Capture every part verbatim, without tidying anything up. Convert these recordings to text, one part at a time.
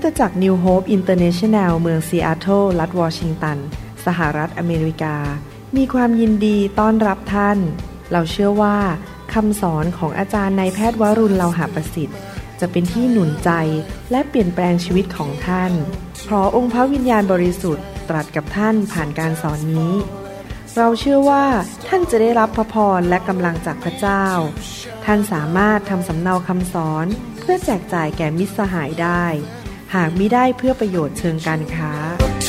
ตจักร New Hope International เมืองซีแอตเทิลรัฐวอชิงตันสหรัฐอเมริกามีความยินดีต้อนรับท่านเราเชื่อว่าคำสอนของอาจารย์นายแพทย์วรุณ เลาหะประสิทธิ์จะเป็นที่หนุนใจและเปลี่ยนแปลงชีวิตของท่านขอองค์พระวิญญาณบริสุทธิ์ตรัสกับท่านผ่านการสอนนี้เราเชื่อว่าท่านจะได้รับพระพรและกำลังจากพระเจ้าท่านสามารถทำสำเนาคำสอนเพื่อแจกจ่ายแก่มิตรสหายได้หากมิได้เพื่อประโยชน์เชิงการค้า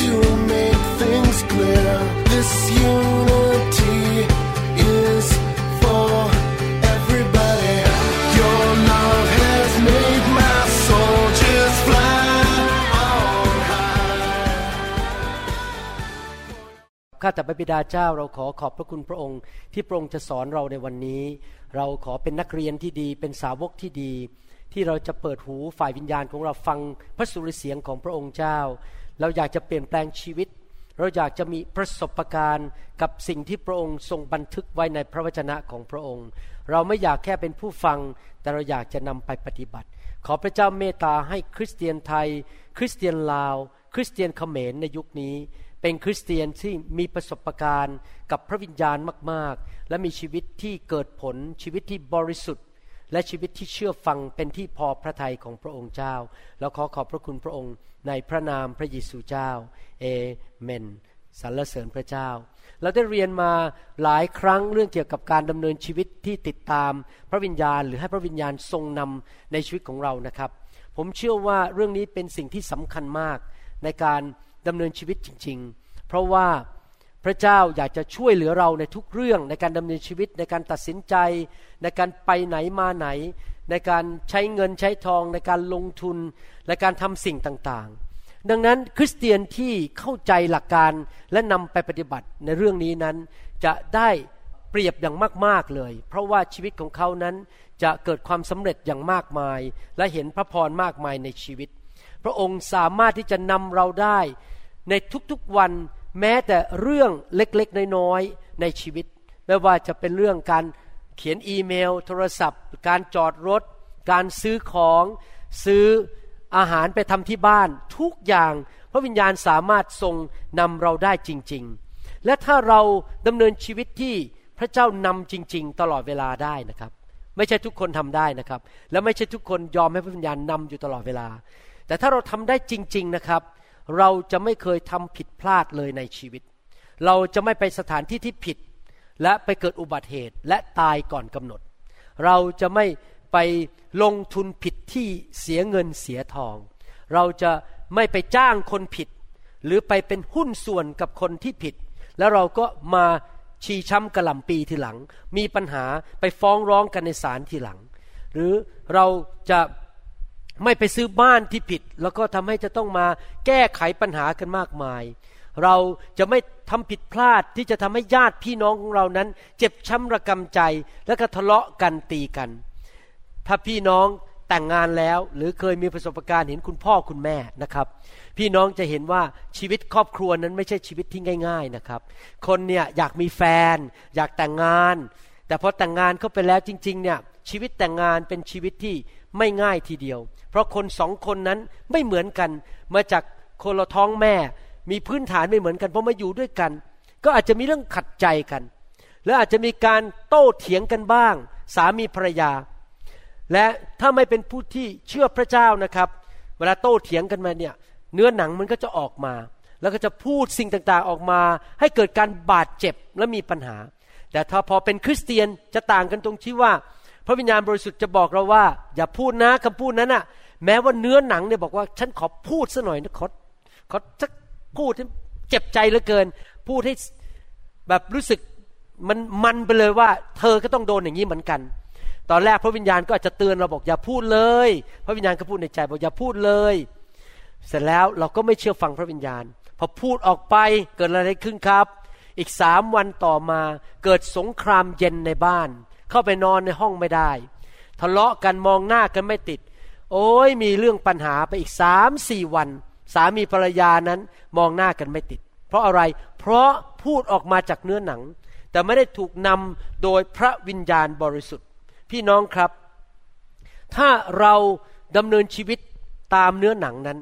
ข้าแต่พระบิดาเจ้าเราขอขอบพระคุณพระองค์ที่พระองค์จะสอนเราในวันนี้เราขอเป็นนักเรียนที่ดีเป็นสาวกที่ดีที่เราจะเปิดหูฝ่ายวิญญาณของเราฟังพระสุรเสียงของพระองค์เจ้าเราอยากจะเปลี่ยนแปลงชีวิตเราอยากจะมีประสบการณ์กับสิ่งที่พระองค์ทรงบันทึกไว้ในพระวจนะของพระองค์เราไม่อยากแค่เป็นผู้ฟังแต่เราอยากจะนำไปปฏิบัติขอพระเจ้าเมตตาให้คริสเตียนไทยคริสเตียนลาวคริสเตียนเขมรในยุคนี้เป็นคริสเตียนที่มีประสบการณ์กับพระวิญญาณมากๆและมีชีวิตที่เกิดผลชีวิตที่บริสุทธิ์และชีวิตที่เชื่อฟังเป็นที่พอพระทัยของพระองค์เจ้าเราขอขอบพระคุณพระองค์ในพระนามพระเยซูเจ้าเอเมนสรรเสริญพระเจ้าเราได้เรียนมาหลายครั้งเรื่องเกี่ยวกับการดำเนินชีวิตที่ติดตามพระวิญญาณหรือให้พระวิญญาณทรงนำในชีวิตของเรานะครับผมเชื่อว่าเรื่องนี้เป็นสิ่งที่สำคัญมากในการดำเนินชีวิตจริงๆเพราะว่าพระเจ้าอยากจะช่วยเหลือเราในทุกเรื่องในการดำเนินชีวิตในการตัดสินใจในการไปไหนมาไหนในการใช้เงินใช้ทองในการลงทุนในการทำสิ่งต่างๆดังนั้นคริสเตียนที่เข้าใจหลักการและนำไปปฏิบัติในเรื่องนี้นั้นจะได้เปรียบอย่างมากๆเลยเพราะว่าชีวิตของเขานั้นจะเกิดความสำเร็จอย่างมากมายและเห็นพระพรมากมายในชีวิตพระองค์สามารถที่จะนำเราได้ในทุกๆวันแม้แต่เรื่องเล็กๆน้อยๆในชีวิตไม่ว่าจะเป็นเรื่องการเขียนอีเมลโทรศัพท์การจอดรถการซื้อของซื้ออาหารไปทำที่บ้านทุกอย่างพระวิญญาณสามารถทรงนำเราได้จริงๆและถ้าเราดำเนินชีวิตที่พระเจ้านำจริงๆตลอดเวลาได้นะครับไม่ใช่ทุกคนทำได้นะครับและไม่ใช่ทุกคนยอมให้พระวิญญาณนำอยู่ตลอดเวลาแต่ถ้าเราทำได้จริงๆนะครับเราจะไม่เคยทำผิดพลาดเลยในชีวิตเราจะไม่ไปสถานที่ที่ผิดและไปเกิดอุบัติเหตุและตายก่อนกำหนดเราจะไม่ไปลงทุนผิดที่เสียเงินเสียทองเราจะไม่ไปจ้างคนผิดหรือไปเป็นหุ้นส่วนกับคนที่ผิดแล้วเราก็มาชีช้ำกระหล่ำปีทีหลังมีปัญหาไปฟ้องร้องกันในศาลทีหลังหรือเราจะไม่ไปซื้อบ้านที่ผิดแล้วก็ทำให้จะต้องมาแก้ไขปัญหากันมากมายเราจะไม่ทำผิดพลาดที่จะทำให้ญาติพี่น้องของเรานั้นเจ็บช้ำระกำใจแล้วก็ทะเลาะกันตีกันถ้าพี่น้องแต่งงานแล้วหรือเคยมีประสบการณ์เห็นคุณพ่อคุณแม่นะครับพี่น้องจะเห็นว่าชีวิตครอบครัวนั้นไม่ใช่ชีวิตที่ง่ายๆนะครับคนเนี่ยอยากมีแฟนอยากแต่งงานแต่พอแต่งงานเข้าไปแล้วจริงๆเนี่ยชีวิตแต่งงานเป็นชีวิตที่ไม่ง่ายทีเดียวเพราะคนสองคนนั้นไม่เหมือนกันมาจากคนละท้องแม่มีพื้นฐานไม่เหมือนกันพอมาอยู่ด้วยกันก็อาจจะมีเรื่องขัดใจกันและอาจจะมีการโต้เถียงกันบ้างสามีภรรยาและถ้าไม่เป็นผู้ที่เชื่อพระเจ้านะครับเวลาโต้เถียงกันมาเนี่ยเนื้อหนังมันก็จะออกมาแล้วก็จะพูดสิ่งต่างๆออกมาให้เกิดการบาดเจ็บและมีปัญหาแต่ถ้าพอเป็นคริสเตียนจะต่างกันตรงที่ว่าพระวิญญาณบริสุทธิ์จะบอกเราว่าอย่าพูดนะคำพูดนั้นน่ะแม้ว่าเนื้อหนังเนี่ยบอกว่าฉันขอพูดซะหน่อยนะขอขอสักพูดให้เจ็บใจเหลือเกินพูดให้แบบรู้สึกมันมันไปเลยว่าเธอก็ต้องโดนอย่างนี้เหมือนกันตอนแรกพระวิญญาณก็อาจจะเตือนเราบอกอย่าพูดเลยพระวิญญาณก็พูดในใจบอกอย่าพูดเลยเสร็จแล้วเราก็ไม่เชื่อฟังพระวิญญาณพอพูดออกไปเกิดอะไรขึ้นครับอีกสามวันต่อมาเกิดสงครามเย็นในบ้านเข้าไปนอนในห้องไม่ได้ทะเลาะกันมองหน้ากันไม่ติดโอ้ยมีเรื่องปัญหาไปอีก สามถึงสี่ วันสามีภรรยานั้นมองหน้ากันไม่ติดเพราะอะไรเพราะพูดออกมาจากเนื้อหนังแต่ไม่ได้ถูกนำโดยพระวิญญาณบริสุทธิ์พี่น้องครับถ้าเราดำเนินชีวิตตามเนื้อหนังนั้น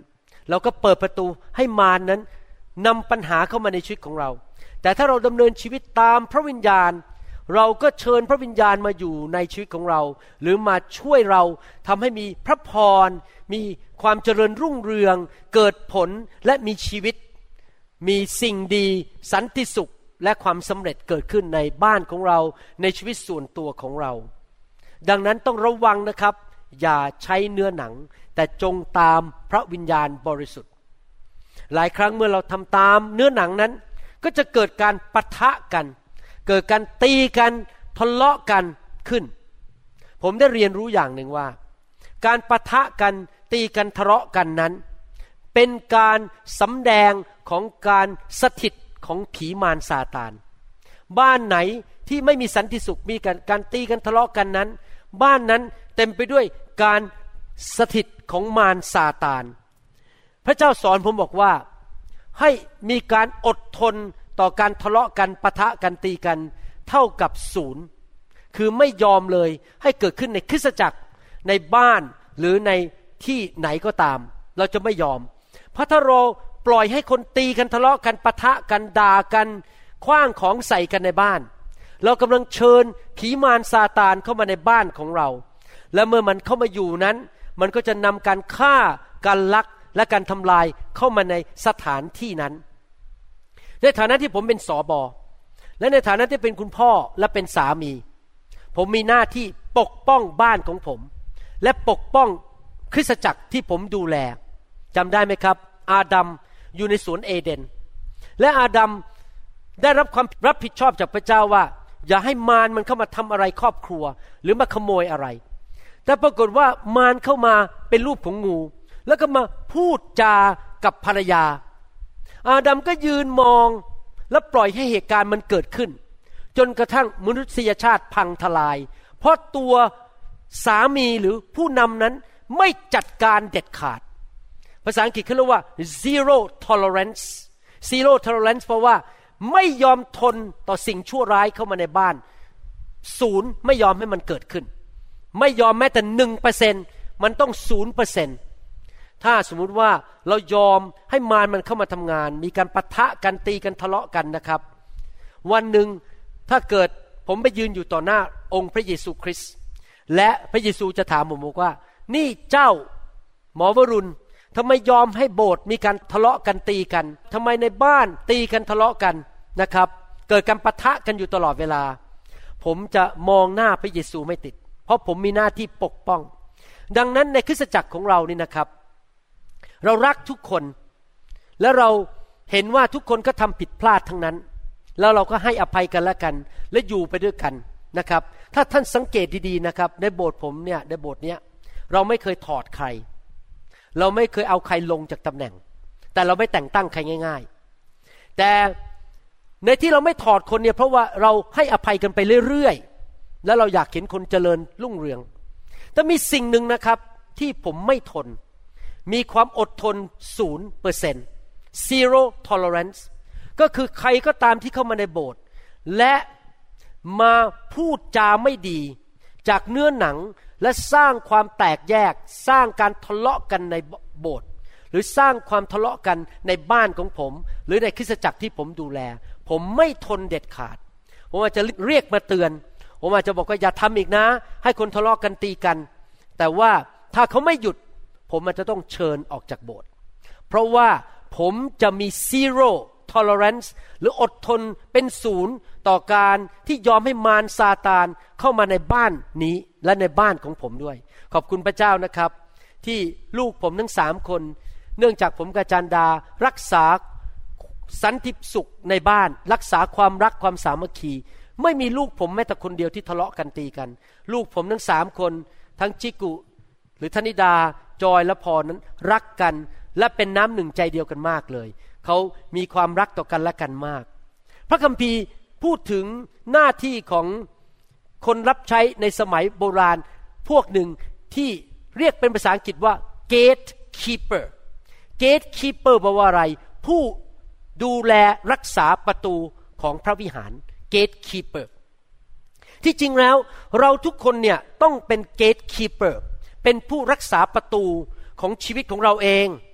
เราก็เปิดประตูให้มารนั้นนำปัญหาเข้ามาในชีวิตของเราแต่ถ้าเราดำเนินชีวิตตามพระวิญญาณเราก็เชิญพระวิญญาณมาอยู่ในชีวิตของเราหรือมาช่วยเราทำให้มีพระพรมีความเจริญรุ่งเรืองเกิดผลและมีชีวิตมีสิ่งดีสันติสุขและความสำเร็จเกิดขึ้นในบ้านของเราในชีวิตส่วนตัวของเราดังนั้นต้องระวังนะครับอย่าใช้เนื้อหนังแต่จงตามพระวิญญาณบริสุทธิ์หลายครั้งเมื่อเราทำตามเนื้อหนังนั้นก็จะเกิดการปะทะกันเกิดการตีกันทะเลาะกันขึ้นผมได้เรียนรู้อย่างหนึ่งว่าการปะทะกันตีกันทะเลาะกันนั้นเป็นการสำแดงของการสถิตของผีมารซาตานบ้านไหนที่ไม่มีสันติสุขมีการการตีกันทะเลาะกันนั้นบ้านนั้นเต็มไปด้วยการสถิตของมารซาตานพระเจ้าสอนผมบอกว่าให้มีการอดทนต่อการทะเลาะกันปะทะกันตีกันเท่ากับศูนย์คือไม่ยอมเลยให้เกิดขึ้นในคริสตจักรในบ้านหรือในที่ไหนก็ตามเราจะไม่ยอมเพราะถ้าเราปล่อยให้คนตีกันทะเลาะกันปะทะกันด่ากันขว้างของใส่กันในบ้านเรากำลังเชิญผีมารซาตานเข้ามาในบ้านของเราและเมื่อมันเข้ามาอยู่นั้นมันก็จะนำการฆ่าการลักและการทำลายเข้ามาในสถานที่นั้นในฐานะที่ผมเป็นสบและในฐานะที่เป็นคุณพ่อและเป็นสามีผมมีหน้าที่ปกป้องบ้านของผมและปกป้องคริสตจักรที่ผมดูแลจำได้ไหมครับอาดัมอยู่ในสวนเอเดนและอาดัมได้รับความรับผิดชอบจากพระเจ้าว่าอย่าให้มารมันเข้ามาทำอะไรครอบครัวหรือมาขโมยอะไรแต่ปรากฏว่ามารเข้ามาเป็นรูปของงูแล้วก็มาพูดจากับภรรยาอาดัมก็ยืนมองและปล่อยให้เหตุการณ์มันเกิดขึ้นจนกระทั่งมนุษยชาติพังทลายเพราะตัวสามีหรือผู้นำนั้นไม่จัดการเด็ดขาดภาษาอังกฤษเขาเรียกว่า zero tolerance zero tolerance เพราะว่าไม่ยอมทนต่อสิ่งชั่วร้ายเข้ามาในบ้านศูนย์ไม่ยอมให้มันเกิดขึ้นไม่ยอมแม้แต่ หนึ่งเปอร์เซ็นต์ มันต้อง ศูนย์เปอร์เซ็นต์ ถ้าสมมุติว่าเรายอมให้มารมันเข้ามาทำงานมีการปะทะกันตีกันทะเลาะกันนะครับวันหนึ่งถ้าเกิดผมไปยืนอยู่ต่อหน้าองค์พระเยซูคริสต์และพระเยซูจะถามผมบอกว่านี่เจ้าหมอวรุณทำไมยอมให้โบสถ์มีการทะเลาะกันตีกันทำไมในบ้านตีกันทะเลาะกันนะครับเกิดการปะทะกันอยู่ตลอดเวลาผมจะมองหน้าพระเยซูไม่ติดเพราะผมมีหน้าที่ปกป้องดังนั้นในคริสตจักรของเรานี่นะครับเรารักทุกคนและเราเห็นว่าทุกคนก็ทำผิดพลาดทั้งนั้นแล้วเราก็ให้อภัยกันและกันและอยู่ไปด้วยกันนะครับถ้าท่านสังเกตดีๆนะครับในโบสถ์ผมเนี่ยในโบสถ์เนี้ยเราไม่เคยถอดใครเราไม่เคยเอาใครลงจากตำแหน่งแต่เราไม่แต่งตั้งใครง่ายๆแต่ในที่เราไม่ถอดคนเนี่ยเพราะว่าเราให้อภัยกันไปเรื่อยๆแล้วเราอยากเห็นคนเจริญรุ่งเรืองแต่มีสิ่งหนึ่งนะครับที่ผมไม่ทนมีความอดทน ศูนย์เปอร์เซ็นต์ zero tolerance ก็คือใครก็ตามที่เข้ามาในโบสถ์และมาพูดจาไม่ดีจากเนื้อหนังและสร้างความแตกแยกสร้างการทะเลาะกันในโบสถ์หรือสร้างความทะเลาะกันในบ้านของผมหรือในคริสตจักรที่ผมดูแลผมไม่ทนเด็ดขาดผมอาจจะเรียกมาเตือนผมอาจจะบอกว่าอย่าทำอีกนะให้คนทะเลาะกันตีกันแต่ว่าถ้าเขาไม่หยุดผมอาจจะต้องเชิญออกจากโบสถ์เพราะว่าผมจะมี zero tolerance หรืออดทนเป็นศูนย์ต่อการที่ยอมให้มารซาตานเข้ามาในบ้านนี้และในบ้านของผมด้วยขอบคุณพระเจ้านะครับที่ลูกผมทั้งสามคนเนื่องจากผมกับจันดารักษาสันติสุขในบ้านรักษาความรักความสามัคคีไม่มีลูกผมแม้แต่คนเดียวที่ทะเลาะกันตีกันลูกผมทั้งสามคนทั้งจิกุหรือธนิดาจอยและพรนั้นรักกันและเป็นน้ำหนึ่งใจเดียวกันมากเลยเขามีความรักต่อกันและกันมากพระคัมภีร์พูดถึงหน้าที่ของคนรับใช้ในสมัยโบราณพวกหนึ่งที่เรียกเป็นภาษาอังกฤษว่า gatekeeper gatekeeper แปลว่าอะไรผู้ดูแลรักษาประตูของพระวิหาร gatekeeper ที่จริงแล้วเราทุกคนเนี่ยต้องเป็น gatekeeper เป็นผู้รักษาประตูของชีวิตของเราเอง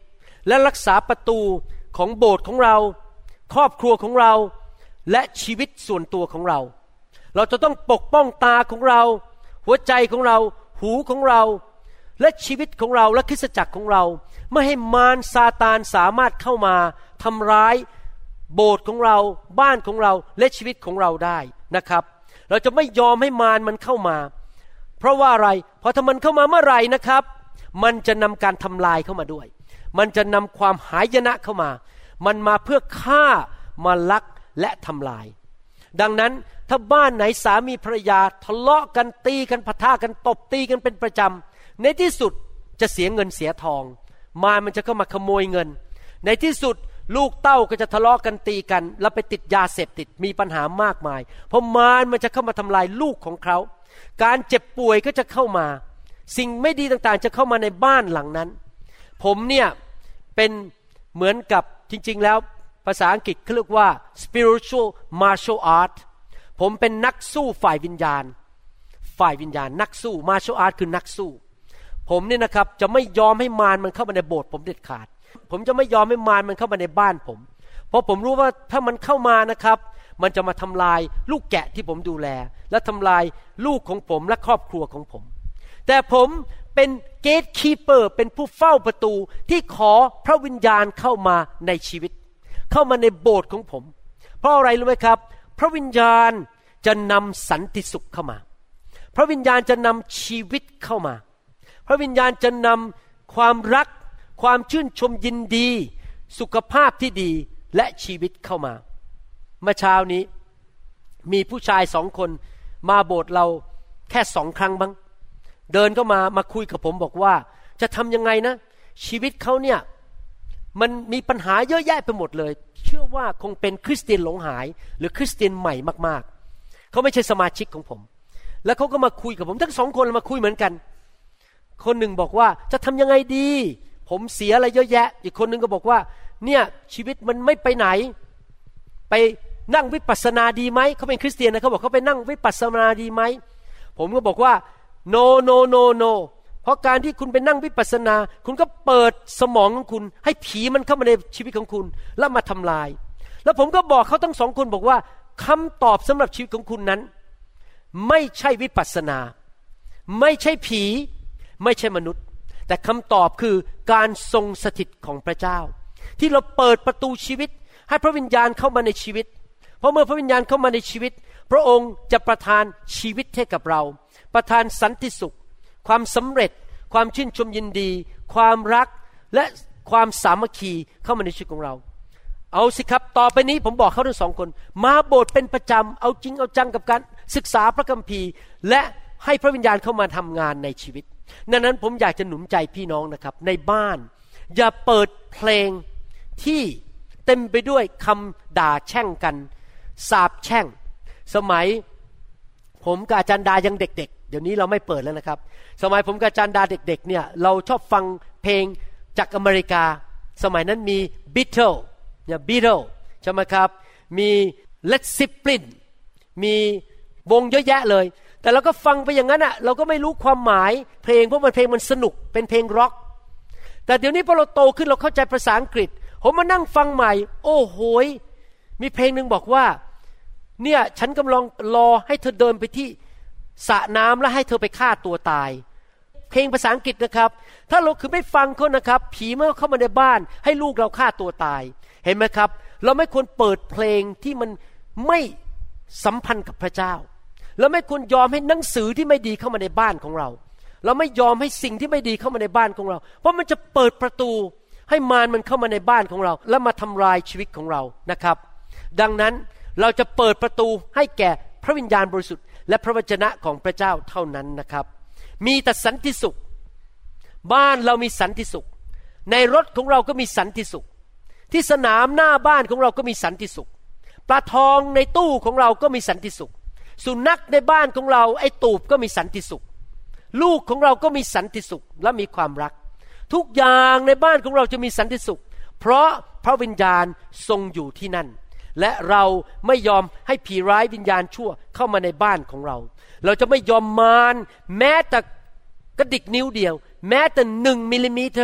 และรักษาประตูของโบสถ์ของเราครอบครัวของเราและชีวิตส่วนตัวของเราเราจะต้องปกป้องตาของเราหัวใจของเราหูของเราและชีวิตของเราและคริสตจักรของเราไม่ให้มารซาตานสามารถเข้ามาทำร้ายโบสถ์ของเราบ้านของเราและชีวิตของเราได้นะครับเราจะไม่ยอมให้มารมันเข้ามาเพราะว่าอะไรเพราะถ้ามันเข้ามาเมื่อไหร่นะครับมันจะนำการทำลายเข้ามาด้วยมันจะนำความหายนะเข้ามามันมาเพื่อฆ่ามาลักและทำลายดังนั้นถ้าบ้านไหนสามีภรรยาทะเลาะกันตีกันปะทะกันตบตีกันเป็นประจำในที่สุดจะเสียเงินเสียทองมารมันจะเข้ามาขโมยเงินในที่สุดลูกเต้าก็จะทะเลาะกันตีกันแล้วไปติดยาเสพติดมีปัญหามากมายเพราะมารมันจะเข้ามาทำลายลูกของเขาการเจ็บป่วยก็จะเข้ามาสิ่งไม่ดีต่างๆจะเข้ามาในบ้านหลังนั้นผมเนี่ยเป็นเหมือนกับจริงๆแล้วภาษาอังกฤษเขาเรียกว่า spiritual martial art ผมเป็นนักสู้ฝ่ายวิญญาณฝ่ายวิญญาณนักสู้ martial art คือนักสู้ผมเนี่ยนะครับจะไม่ยอมให้มารมันเข้ามาในโบสถ์ผมเด็ดขาดผมจะไม่ยอมให้มารมันเข้ามาในบ้านผมเพราะผมรู้ว่าถ้ามันเข้ามานะครับมันจะมาทำลายลูกแกะที่ผมดูแลและทำลายลูกของผมและครอบครัวของผมแต่ผมเป็นเกตคีเปอร์เป็นผู้เฝ้าประตูที่ขอพระวิญญาณเข้ามาในชีวิตเข้ามาในโบสถ์ของผมเพราะอะไรรู้ไหมครับพระวิญญาณจะนำสันติสุขเข้ามาพระวิญญาณจะนำชีวิตเข้ามาพระวิญญาณจะนำความรักความชื่นชมยินดีสุขภาพที่ดีและชีวิตเข้ามาเมื่อเช้านี้มีผู้ชายสองคนมาโบสถ์เราแค่สองครั้งบ้างเดินเข้ามามาคุยกับผมบอกว่าจะทำยังไงนะชีวิตเขาเนี่ยมันมีปัญหาเยอะแยะไปหมดเลยเชื่อว่าคงเป็นคริสเตียนหลงหายหรือคริสเตียนใหม่มากๆเขาไม่ใช่สมาชิกของผมแล้วเขาก็มาคุยกับผมทั้งสองคนมาคุยเหมือนกันคนหนึ่งบอกว่าจะทำยังไงดีผมเสียอะไรเยอะแยะอีกคนนึงก็บอกว่าเนี่ยชีวิตมันไม่ไปไหนไปนั่งวิปัสสนาดีไหมเขาเป็นคริสเตียนนะเขาบอกเขาไปนั่งวิปัสสนาดีไหมผมก็บอกว่า no no no no เพราะการที่คุณไปนั่งวิปัสสนาคุณก็เปิดสมองของคุณให้ผีมันเข้ามาในชีวิตของคุณแล้วมาทำลายแล้วผมก็บอกเขาทั้งสองคนบอกว่าคำตอบสำหรับชีวิตของคุณนั้นไม่ใช่วิปัสสนาไม่ใช่ผีไม่ใช่มนุษย์แต่คำตอบคือการทรงสถิตของพระเจ้าที่เราเปิดประตูชีวิตให้พระวิญญาณเข้ามาในชีวิตเพราะเมื่อพระวิญญาณเข้ามาในชีวิตพระองค์จะประทานชีวิตให้กับเราประทานสันติสุขความสำเร็จความชื่นชมยินดีความรักและความสามัคคีเข้ามาในชีวิตของเราเอาสิครับต่อไปนี้ผมบอกเขาทั้งสองคนมาโบสถ์เป็นประจำเอาจริงเอาจังกับการศึกษาพระคัมภีร์และให้พระวิญญาณเข้ามาทำงานในชีวิตดังนั้นผมอยากจะหนุนใจพี่น้องนะครับในบ้านอย่าเปิดเพลงที่เต็มไปด้วยคำด่าแช่งกันสาปแช่งสมัยผมกับอาจารย์ดายังเด็กๆเดี๋ยวนี้เราไม่เปิดแล้วนะครับสมัยผมกับอาจารย์ดาเด็กๆเนี่ยเราชอบฟังเพลงจากอเมริกาสมัยนั้นมี Beatles เนี่ย Beatles ใช่ไหมครับมี Led Zeppelin มีวงเยอะแยะเลยแต่เราก็ฟังไปอย่างนั้นอ่ะเราก็ไม่รู้ความหมายเพลงเพราะมันเพลงมันสนุกเป็นเพลงร็อกแต่เดี๋ยวนี้พอเราโตขึ้นเราเข้าใจภาษาอังกฤษผมมานั่งฟังใหม่โอ้โหยมีเพลงนึงบอกว่าเนี่ยฉันกำลังรอให้เธอเดินไปที่สระน้ำแล้วให้เธอไปฆ่าตัวตายเพลงภาษาอังกฤษนะครับถ้าเราคือไม่ฟังเขานะครับผีเมื่อเข้ามาในบ้านให้ลูกเราฆ่าตัวตายเห็นไหมครับเราไม่ควรเปิดเพลงที่มันไม่สัมพันธ์กับพระเจ้าเราไม่ควรยอมให้หนังสือที่ไม่ดีเข้ามาในบ้านของเราเราไม่ยอมให้สิ่งที่ไม่ดีเข้ามาในบ้านของเราเพราะมันจะเปิดประตูให้มารมันเข้ามาในบ้านของเราแล้วมาทำลายชีวิตของเรานะครับดังนั้นเราจะเปิดประตูให้แก่พระวิญญาณบริสุทธิ์และพระวจนะของพระเจ้าเท่านั้นนะครับมีแต่สันติสุขบ้านเรามีสันติสุขในรถของเราก็มีสันติสุขที่สนามหน้าบ้านของเราก็มีสันติสุขปลาทองในตู้ของเราก็มีสันติสุขสุนัขในบ้านของเราไอ้ตูบก็มีสันติสุขลูกของเราก็มีสันติสุขและมีความรักทุกอย่างในบ้านของเราจะมีสันติสุขเพราะพระวิญญาณทรงอยู่ที่นั่นและเราไม่ยอมให้ผีร้ายวิญญาณชั่วเข้ามาในบ้านของเราเราจะไม่ยอมมารแม้แต่กระดิกนิ้วเดียวแม้แต่หนึ่งมิลลิเมตรก็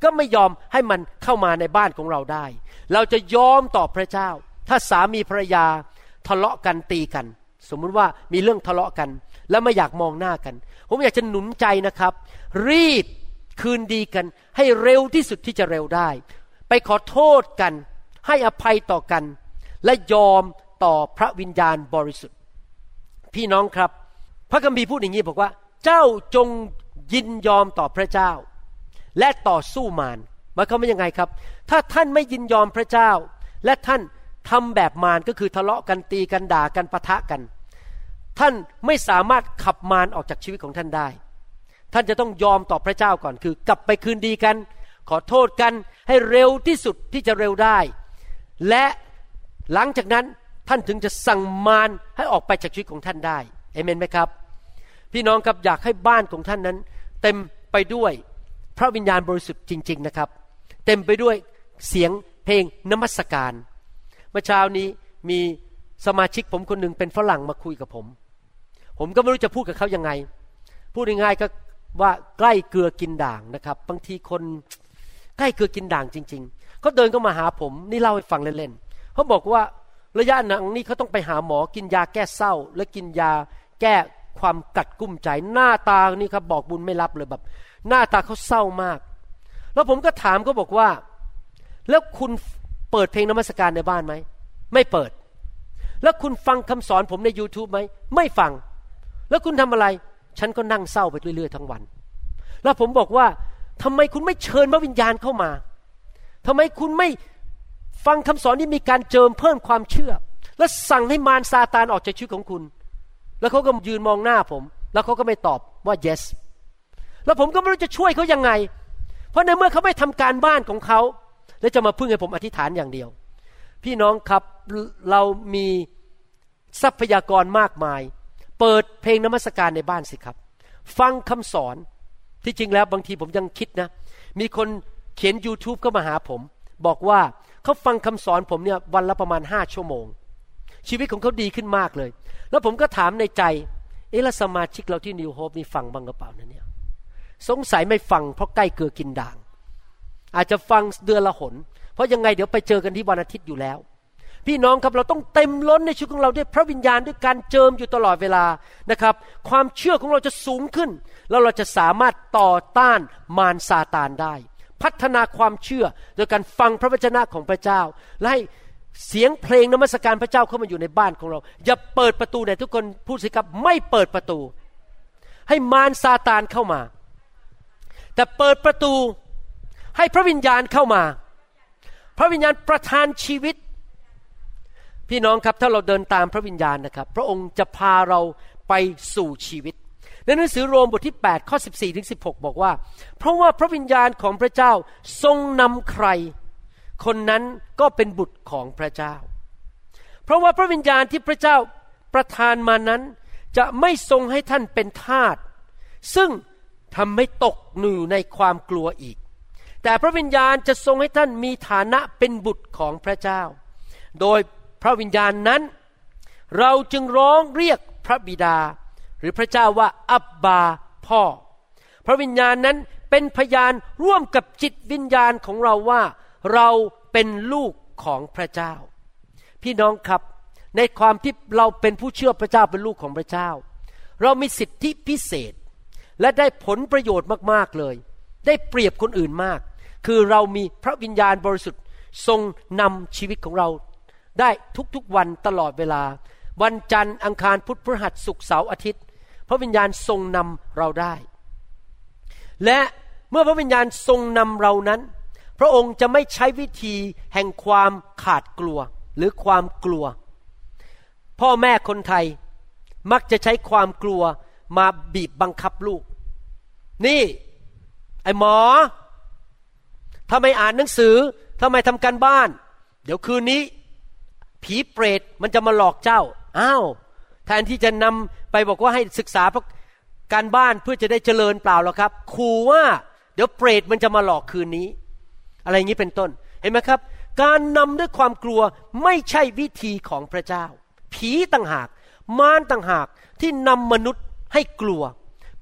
ก็ไม่ยอมให้มันเข้ามาในบ้านของเราได้เราจะยอมต่อพระเจ้าถ้าสามีภรรยาทะเลาะกันตีกันสมมุติว่ามีเรื่องทะเลาะกันแล้วไม่อยากมองหน้ากันผมอยากจะหนุนใจนะครับรีบคืนดีกันให้เร็วที่สุดที่จะเร็วได้ไปขอโทษกันให้อภัยต่อกันและยอมต่อพระวิญญาณบริสุทธิ์พี่น้องครับพระคัมภีร์พูดอย่างนี้บอกว่าเจ้าจงยินยอมต่อพระเจ้าและต่อสู้มารหมายความว่ายังไงครับถ้าท่านไม่ยินยอมพระเจ้าและท่านทำแบบมารก็คือทะเลาะกันตีกันด่ากันปะทะกันท่านไม่สามารถขับมารออกจากชีวิตของท่านได้ท่านจะต้องยอมต่อพระเจ้าก่อนคือกลับไปคืนดีกันขอโทษกันให้เร็วที่สุดที่จะเร็วได้และหลังจากนั้นท่านถึงจะสั่งมารให้ออกไปจากชีวิตของท่านได้เอเมนไหมครับพี่น้องครับอยากให้บ้านของท่านนั้นเต็มไปด้วยพระวิญญาณบริสุทธิ์จริงๆนะครับเต็มไปด้วยเสียงเพลงนมัสการเมื่อเช้านี้มีสมาชิกผมคนหนึ่งเป็นฝรั่งมาคุยกับผมผมก็ไม่รู้จะพูดกับเขายังไงพูดง่ายๆก็ว่าใกล้เกลือกินด่างนะครับบางทีคนใกล้เกลือกินด่างจริงๆเขาเดินเข้ามาหาผมนี่เล่าให้ฟังเล่นๆเขาบอกว่าระยะหลังนี้เขาต้องไปหาหมอกินยาแก้เศร้าและกินยาแก้ความกัดกุ้มใจหน้าตานี่ครับบอกบุญไม่รับเลยแบบหน้าตาเขาเศร้ามากแล้วผมก็ถามเขาบอกว่าแล้วคุณเปิดเพลงนมัสการในบ้านไหมไม่เปิดแล้วคุณฟังคำสอนผมใน YouTube ไหมไม่ฟังแล้วคุณทำอะไรฉันก็นั่งเศร้าไปเรื่อยๆทั้งวันแล้วผมบอกว่าทำไมคุณไม่เชิญพระวิญญาณเข้ามาทำไมคุณไม่ฟังคำสอนที่มีการเจิมเพิ่มความเชื่อและสั่งให้มารซาตานออกจากชีวิตของคุณแล้วเขาก็ยืนมองหน้าผมแล้วเขาก็ไม่ตอบว่า yes แล้วผมก็ไม่รู้จะช่วยเขายังไงเพราะในเมื่อเขาไม่ทำการบ้านของเขาแล้วจะมาพึ่งให้ผมอธิษฐานอย่างเดียวพี่น้องครับเรามีทรัพยากรมากมายเปิดเพลงนมัสการในบ้านสิครับฟังคำสอนที่จริงแล้วบางทีผมยังคิดนะมีคนเขียน YouTube เข้ามาหาผมบอกว่าเขาฟังคำสอนผมเนี่ยวันละประมาณห้าชั่วโมงชีวิตของเขาดีขึ้นมากเลยแล้วผมก็ถามในใจเอ๊ะแล้วสมาชิกเราที่ New Hope นี่ฟังบ้างหรือเปล่านะเนี่ยสงสัยไม่ฟังเพราะใกล้เกลือกินด่างอาจจะฟังเดือนละหนเพราะยังไงเดี๋ยวไปเจอกันที่วันอาทิตย์อยู่แล้วพี่น้องครับเราต้องเต็มล้นในชีวิตของเราด้วยพระวิญญาณด้วยการเจิมอยู่ตลอดเวลานะครับความเชื่อของเราจะสูงขึ้นแล้วเราจะสามารถต่อต้านมารซาตานได้พัฒนาความเชื่อโดยการฟังพระวจนะของพระเจ้าและให้เสียงเพลงนมัสการพระเจ้าเข้ามาอยู่ในบ้านของเราอย่าเปิดประตูไหนทุกคนพูดสิครับไม่เปิดประตูให้มารซาตานเข้ามาแต่เปิดประตูให้พระวิญญาณเข้ามาพระวิญญาณประทานชีวิตพี่น้องครับถ้าเราเดินตามพระวิญญาณนะครับพระองค์จะพาเราไปสู่ชีวิตในหนังสือโรมบทที่แปดข้อสิบสี่ถึงสิบหกบอกว่าเพราะว่าพระวิญญาณของพระเจ้าทรงนำใครคนนั้นก็เป็นบุตรของพระเจ้าเพราะว่าพระวิญญาณที่พระเจ้าประทานมานั้นจะไม่ทรงให้ท่านเป็นทาสซึ่งทำให้ตกอยู่ในความกลัวอีกแต่พระวิญญาณจะทรงให้ท่านมีฐานะเป็นบุตรของพระเจ้าโดยพระวิญญาณนั้นเราจึงร้องเรียกพระบิดาหรือพระเจ้าว่าอับบาพ่อพระวิญญาณนั้นเป็นพยานร่วมกับจิตวิญญาณของเราว่าเราเป็นลูกของพระเจ้าพี่น้องครับในความที่เราเป็นผู้เชื่อพระเจ้าเป็นลูกของพระเจ้าเรามีสิทธิพิเศษและได้ผลประโยชน์มากๆเลยได้เปรียบคนอื่นมากคือเรามีพระวิญญาณบริสุทธิ์ทรงนำชีวิตของเราได้ทุกๆวันตลอดเวลาวันจันทร์อังคารพุธพฤหัสศุกร์เสาร์อาทิตย์พระวิญญาณทรงนำเราได้และเมื่อพระวิญญาณทรงนำเรานั้นพระองค์จะไม่ใช้วิธีแห่งความขาดกลัวหรือความกลัวพ่อแม่คนไทยมักจะใช้ความกลัวมาบีบบังคับลูกนี่ไอ้หมอถ้าไม่อ่านหนังสือถ้าไม่ทำการบ้านเดี๋ยวคืนนี้ผีเปรตมันจะมาหลอกเจ้าอ้าวแทนที่จะนำไปบอกว่าให้ศึกษาการบ้านเพื่อจะได้เจริญเปล่าหรอกครับขู่ว่าเดี๋ยวเปรตมันจะมาหลอกคืนนี้อะไรอย่างนี้เป็นต้นเห็นไหมครับการนำด้วยความกลัวไม่ใช่วิธีของพระเจ้าผีต่างหากมารต่างหากที่นำมนุษย์ให้กลัว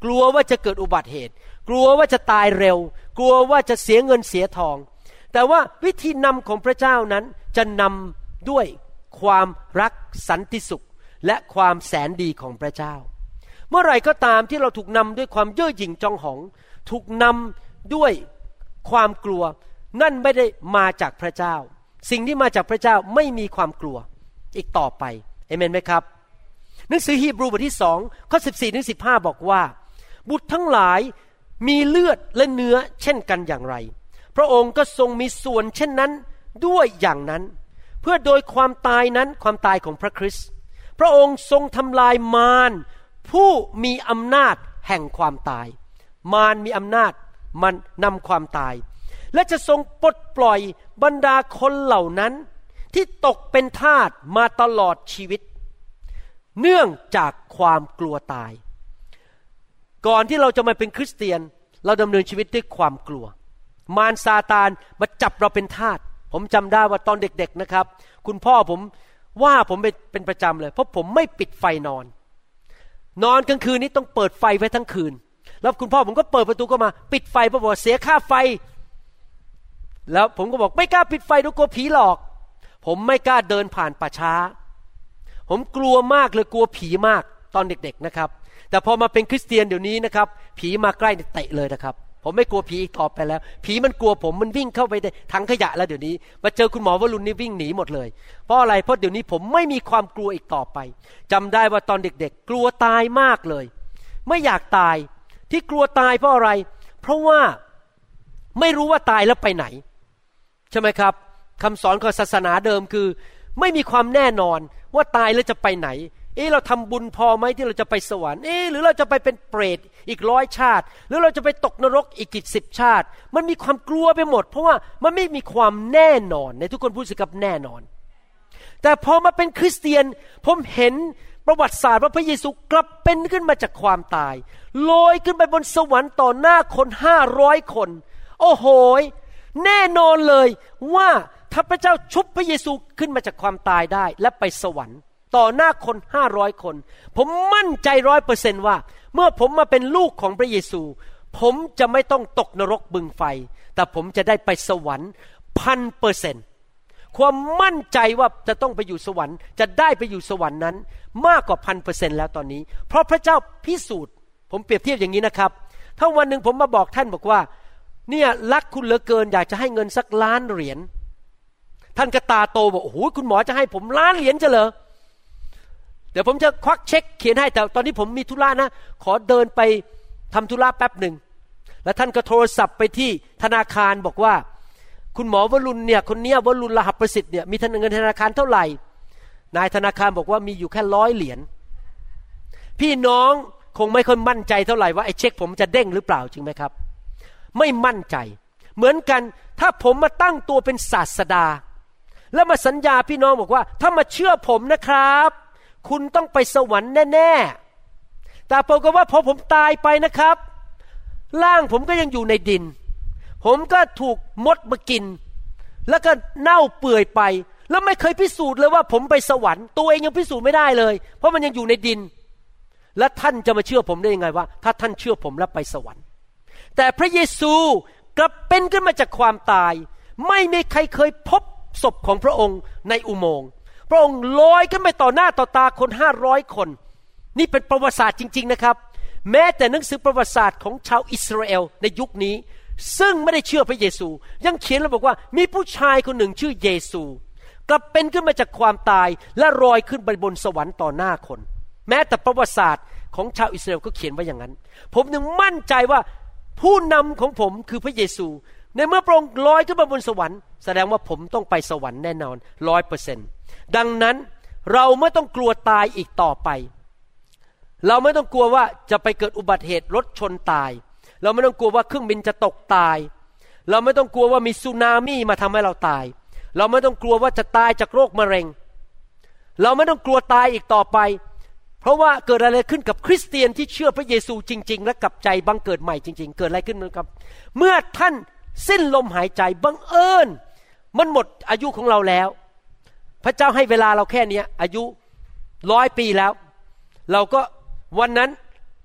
กลัวว่าจะเกิดอุบัติเหตุกลัวว่าจะตายเร็วกลัวว่าจะเสียเงินเสียทองแต่ว่าวิธีนำของพระเจ้านั้นจะนำด้วยความรักสันติสุขและความแสนดีของพระเจ้าเมื่อไหร่ก็ตามที่เราถูกนำด้วยความเย่อหยิ่งจองหองถูกนำด้วยความกลัวนั่นไม่ได้มาจากพระเจ้าสิ่งที่มาจากพระเจ้าไม่มีความกลัวอีกต่อไปเอเมนไหมครับหนังสือฮีบรูบทที่สองข้อสิบสี่ถึงสิบห้าบอกว่าบุตรทั้งหลายมีเลือดและเนื้อเช่นกันอย่างไรพระองค์ก็ทรงมีส่วนเช่นนั้นด้วยอย่างนั้นเพื่อโดยความตายนั้นความตายของพระคริสต์พระองค์ทรงทำลายมารผู้มีอำนาจแห่งความตายมารมีอำนาจมันนำความตายและจะทรงปลดปล่อยบรรดาคนเหล่านั้นที่ตกเป็นทาสมาตลอดชีวิตเนื่องจากความกลัวตายก่อนที่เราจะมาเป็นคริสเตียนเราดำเนินชีวิตด้วยความกลัวมารซาตานมาจับเราเป็นทาสผมจำได้ว่าตอนเด็กๆนะครับคุณพ่อผมว่าผมเป็นประจำเลยเพราะผมไม่ปิดไฟนอนนอนกลางคืนนี้ต้องเปิดไฟไว้ทั้งคืนแล้วคุณพ่อผมก็เปิดประตูเข้ามาปิดไฟเพราะบอกเสียค่าไฟแล้วผมก็บอกไม่กล้าปิดไฟดูกลัวผีหลอกผมไม่กล้าเดินผ่านป่าช้าผมกลัวมากเลยกลัวผีมากตอนเด็กๆนะครับแต่พอมาเป็นคริสเตียนเดี๋ยวนี้นะครับผีมาใกล้เตะเลยนะครับผมไม่กลัวผีอีกต่อไปแล้วผีมันกลัวผมมันวิ่งเข้าไปในถังขยะแล้วเดี๋ยวนี้มาเจอคุณหมอวรุณนี่วิ่งหนีหมดเลยเพราะอะไรเพราะเดี๋ยวนี้ผมไม่มีความกลัวอีกต่อไปจำได้ว่าตอนเด็กๆกลัวตายมากเลยไม่อยากตายที่กลัวตายเพราะอะไรเพราะว่าไม่รู้ว่าตายแล้วไปไหนใช่ไหมครับคำสอนของศาสนาเดิมคือไม่มีความแน่นอนว่าตายแล้วจะไปไหนเอ๊ะเราทำบุญพอไหมที่เราจะไปสวรรค์เอ๊ะหรือเราจะไปเป็นเปรตอีกร้อยชาติหรือเราจะไปตกนรกอีกกี่สิบชาติมันมีความกลัวไปหมดเพราะว่ามันไม่มีความแน่นอนในทุกคนพูดสิกับแน่นอนแต่พอมาเป็นคริสเตียนผมเห็นประวัติศาสตร์ว่าพระเยซูกลับเป็นขึ้นมาจากความตายลอยขึ้นไปบนสวรรค์ต่อหน้าคนห้าร้อยคนโอ้โหแน่นอนเลยว่าถ้าพระเจ้าชุบพระเยซูขึ้นมาจากความตายได้และไปสวรรค์ต่อหน้าคนห้าร้อยคนผมมั่นใจ ร้อยเปอร์เซนต์ ว่าเมื่อผมมาเป็นลูกของพระเยซูผมจะไม่ต้องตกนรกบึงไฟแต่ผมจะได้ไปสวรรค์ พันเปอร์เซ็นต์ ความมั่นใจว่าจะต้องไปอยู่สวรรค์จะได้ไปอยู่สวรรค์นั้นมากกว่า พันเปอร์เซ็นต์ แล้วตอนนี้เพราะพระเจ้าพิสูจน์ผมเปรียบเทียบอย่างนี้นะครับถ้าวันหนึ่งผมมาบอกท่านบอกว่าเนี่ยรักคุณเหลือเกินอยากจะให้เงินสักล้านเหรียญท่านก็ตาโตบอกโอ้โหคุณหมอจะให้ผมล้านเหรียญจะเหรอเดี๋ยวผมจะควักเช็คเขียนให้แต่ตอนนี้ผมมีธุระนะขอเดินไปทำธุระแป๊บหนึ่งแล้วท่านก็โทรศัพท์ไปที่ธนาคารบอกว่าคุณหมอวรุณเนี่ยคนเนี้ยวรุณรหัสประสิทธิ์เนี่ยมีเงินธนาคารเท่าไหร่นายธนาคารบอกว่ามีอยู่แค่ร้อยเหรียญพี่น้องคงไม่ค่อยมั่นใจเท่าไหร่ว่าไอ้เช็คผมจะเด้งหรือเปล่าจริงไหมครับไม่มั่นใจเหมือนกันถ้าผมมาตั้งตัวเป็นศาสดาแล้วมาสัญญาพี่น้องบอกว่าถ้ามาเชื่อผมนะครับคุณต้องไปสวรรค์แน่ๆแต่ปรากฏว่าพอผมตายไปนะครับร่างผมก็ยังอยู่ในดินผมก็ถูกมดมากินแล้วก็เน่าเปื่อยไปแล้วไม่เคยพิสูจน์เลยว่าผมไปสวรรค์ตัวเองยังพิสูจน์ไม่ได้เลยเพราะมันยังอยู่ในดินและท่านจะมาเชื่อผมได้ยังไงว่าถ้าท่านเชื่อผมแล้วไปสวรรค์แต่พระเยซูกลับเป็นขึ้นมาจากความตายไม่มีใครเคยพบศพของพระองค์ในอุโมงค์พระองค์ลอยขึ้นไปต่อหน้าต่อตาคนห้าร้อยคนนี่เป็นประวัติศาสตร์จริงๆนะครับแม้แต่หนังสือประวัติศาสตร์ของชาวอิสราเอลในยุคนี้ซึ่งไม่ได้เชื่อพระเยซูยังเขียนแล้วบอกว่ามีผู้ชายคนหนึ่งชื่อเยซูกลับเป็นขึ้นมาจากความตายและลอยขึ้นไปบนสวรรค์ต่อหน้าคนแม้แต่ประวัติศาสตร์ของชาวอิสราเอลก็เขียนไว้อย่างนั้นผมจึงมั่นใจว่าผู้นำของผมคือพระเยซูในเมื่อพระองค์ลอยขึ้นมาบนสวรรค์แสดงว่าผมต้องไปสวรรค์แน่นอน ร้อยเปอร์เซ็นต์ ดังนั้นเราไม่ต้องกลัวตายอีกต่อไปเราไม่ต้องกลัวว่าจะไปเกิดอุบัติเหตุรถชนตายเราไม่ต้องกลัวว่าเครื่องบินจะตกตายเราไม่ต้องกลัวว่ามีสึนามิมาทำให้เราตายเราไม่ต้องกลัวว่าจะตายจากโรคมะเร็งเราไม่ต้องกลัวตายอีกต่อไปเพราะว่าเกิดอะไรขึ้นกับคริสเตียนที่เชื่อพระเยซูจริงๆและกลับใจบังเกิดใหม่จริงๆเกิดอะไรขึ้นครับเมื่อท่านสิ้นลมหายใจบังเอิญมันหมดอายุของเราแล้วพระเจ้าให้เวลาเราแค่นี้อายุร้อยปีแล้วเราก็วันนั้น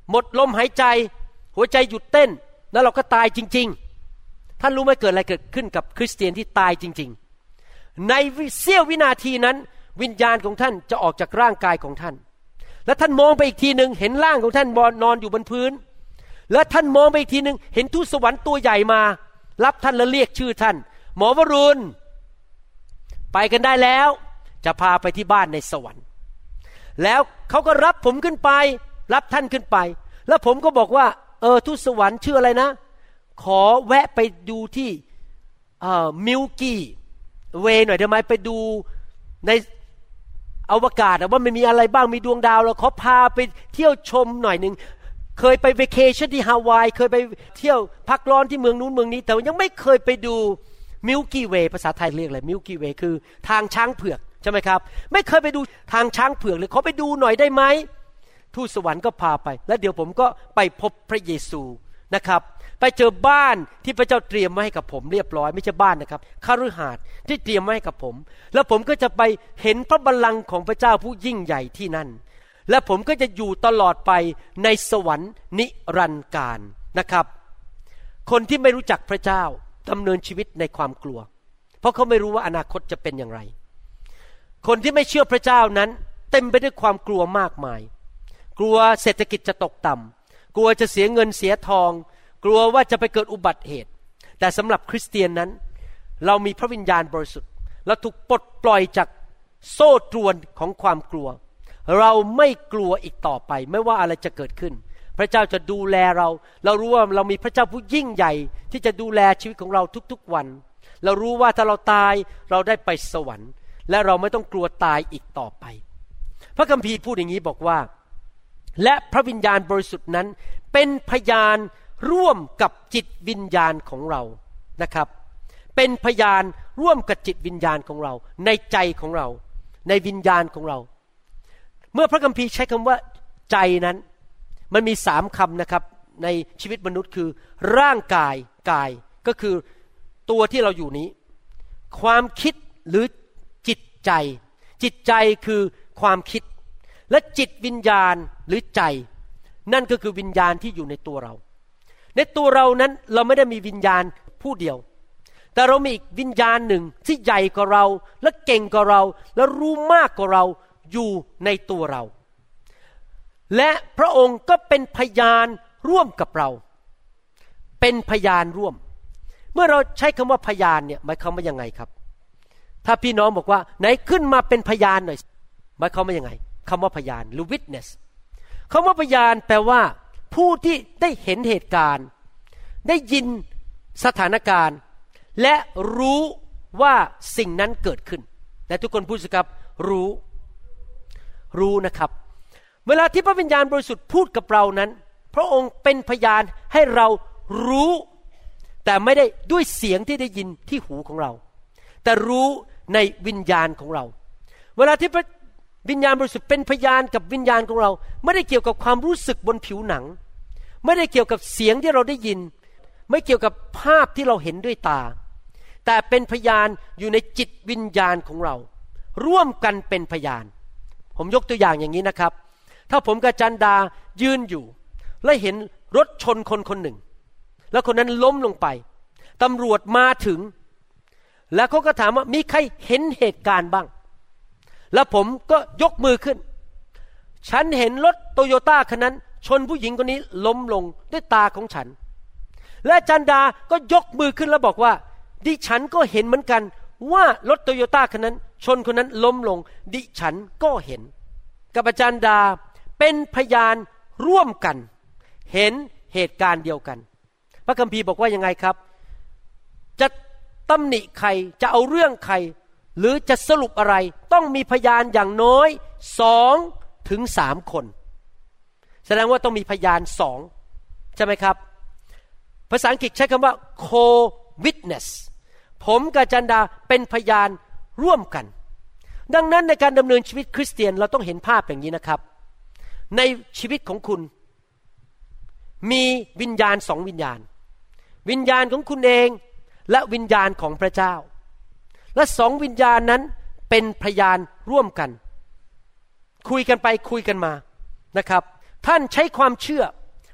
หมดลมหายใจหัวใจหยุดเต้นแล้วเราก็ตายจริงๆท่านรู้ไหมเกิดอะไรเกิดขึ้นกับคริสเตียนที่ตายจริงๆในเสี้ยววินาทีนั้นวิญญาณของท่านจะออกจากร่างกายของท่านแล้วท่านมองไปอีกทีนึงเห็นร่างของท่านนอนอยู่บนพื้นแล้วท่านมองไปอีกทีนึงเห็นทูตสวรรค์ตัวใหญ่มารับท่านและเรียกชื่อท่านหมอวรุณไปกันได้แล้วจะพาไปที่บ้านในสวรรค์แล้วเขาก็รับผมขึ้นไปรับท่านขึ้นไปแล้วผมก็บอกว่าเออทูตสวรรค์ชื่ออะไรนะขอแวะไปดูที่เอ่อมิลกี้เวย์หน่อยได้ไหมไปดูในอวกาศว่ามันมีอะไรบ้างมีดวงดาวเราขอพาไปเที่ยวชมหน่อยนึงเคยไปเวเคชั่นที่ฮาวายเคยไปเที่ยวพักร้อนที่เมืองนู้นเมืองนี้แต่ยังไม่เคยไปดูมิลกี้เวย์ภาษาไทยเรียกอะไรมิลกี้เวย์คือทางช้างเผือกใช่ไหมครับไม่เคยไปดูทางช้างเผือกเลยขอไปดูหน่อยได้ไหมทูตสวรรค์ก็พาไปแล้วเดี๋ยวผมก็ไปพบพระเยซูนะครับไปเจอบ้านที่พระเจ้าเตรียมไว้ให้กับผมเรียบร้อยไม่ใช่บ้านนะครับคฤหาสน์ที่เตรียมไว้ให้กับผมแล้วผมก็จะไปเห็นพระบัลลังก์ของพระเจ้าผู้ยิ่งใหญ่ที่นั่นและผมก็จะอยู่ตลอดไปในสวรรค์นิรันดร์กาลนะครับคนที่ไม่รู้จักพระเจ้าดำเนินชีวิตในความกลัวเพราะเขาไม่รู้ว่าอนาคตจะเป็นอย่างไรคนที่ไม่เชื่อพระเจ้านั้นเต็มไปด้วยความกลัวมากมายกลัวเศรษฐกิจจะตกต่ำกลัวจะเสียเงินเสียทองกลัวว่าจะไปเกิดอุบัติเหตุแต่สำหรับคริสเตียนนั้นเรามีพระวิญญาณบริสุทธิ์เราถูกปลดปล่อยจากโซ่ตรวนของความกลัวเราไม่กลัวอีกต่อไปไม่ว่าอะไรจะเกิดขึ้นพระเจ้าจะดูแลเราเรารู้ว่าเรามีพระเจ้าผู้ยิ่งใหญ่ที่จะดูแลชีวิตของเราทุกๆวันเรารู้ว่าถ้าเราตายเราได้ไปสวรรค์และเราไม่ต้องกลัวตายอีกต่อไปพระคัมภีร์พูดอย่างนี้บอกว่าและพระวิญญาณบริสุทธิ์นั้นเป็นพยานร่วมกับจิตวิญญาณของเรานะครับเป็นพยานร่วมกับจิตวิญญาณของเราในใจของเราในวิญญาณของเราเมื่อพระคัมภีร์ใช้คำว่าใจนั้นมันมีสามคำนะครับในชีวิตมนุษย์คือร่างกายกายก็คือตัวที่เราอยู่นี้ความคิดหรือจิตใจจิตใจคือความคิดและจิตวิญญาณหรือใจนั่นก็คือวิญญาณที่อยู่ในตัวเราในตัวเรานั้นเราไม่ได้มีวิญญาณผู้เดียวแต่เรามีอีกวิญญาณหนึ่งที่ใหญ่กว่าเราและเก่งกว่าเราและรู้มากกว่าเราอยู่ในตัวเราและพระองค์ก็เป็นพยานร่วมกับเราเป็นพยานร่วมเมื่อเราใช้คำว่าพยานเนี่ยหมายความว่ายังไงครับถ้าพี่น้องบอกว่าไหนขึ้นมาเป็นพยานหน่อยหมายความว่ายังไงคำว่าพยานหรือ witness คำว่าพยานแปลว่าผู้ที่ได้เห็นเหตุการณ์ได้ยินสถานการณ์และรู้ว่าสิ่งนั้นเกิดขึ้นและทุกคนพูดสิครับรู้รู้นะครับเวลาที่พระวิญญาณบริสุทธิ์พูดกับเรานั้นพระองค์เป็นพยานให้เรารู้แต่ไม่ได้ด้วยเสียงที่ได้ยินที่หูของเราแต่รู้ในวิญญาณของเราเวลาที่พระวิญญาณบริสุทธิ์เป็นพยานกับวิญญาณของเราไม่ได้เกี่ยวกับความรู้สึกบนผิวหนังไม่ได้เกี่ยวกับเสียงที่เราได้ยินไม่เกี่ยวกับภาพที่เราเห็นด้วยตาแต่เป็นพยานอยู่ในจิตวิญญาณของเราร่วมกันเป็นพยานผมยกตัวอย่างอย่างนี้นะครับถ้าผมกับจันดายืนอยู่และเห็นรถชนคนคนหนึ่งแล้วคนนั้นล้มลงไปตำรวจมาถึงแล้วเขาก็ถามว่ามีใครเห็นเหตุการณ์บ้างแล้วผมก็ยกมือขึ้นฉันเห็นรถโตโยต้าคันนั้นชนผู้หญิงคนนี้ล้มลงด้วยตาของฉันและจันดาก็ยกมือขึ้นแล้วบอกว่าดิฉันก็เห็นเหมือนกันว่ารถโตโยต้าคันนั้นชนคนนั้นล้มลงดิฉันก็เห็นกับอาจารย์ดาเป็นพยานร่วมกันเห็นเหตุการณ์เดียวกันพระคัมภีร์บอกว่ายังไงครับจะตำหนิใครจะเอาเรื่องใครหรือจะสรุปอะไรต้องมีพยานอย่างน้อยสองถึงสามคนแสดงว่าต้องมีพยานสองใช่ไหมครับภาษาอังกฤษใช้คำว่า co-witness ผมกับจันดาเป็นพยานร่วมกันดังนั้นในการดำเนินชีวิตคริสเตียนเราต้องเห็นภาพอย่างนี้นะครับในชีวิตของคุณมีวิญญาณสองวิญญาณวิญญาณของคุณเองและวิญญาณของพระเจ้าและสองวิญญาณนั้นเป็นพยานร่วมกันคุยกันไปคุยกันมานะครับท่านใช้ความเชื่อ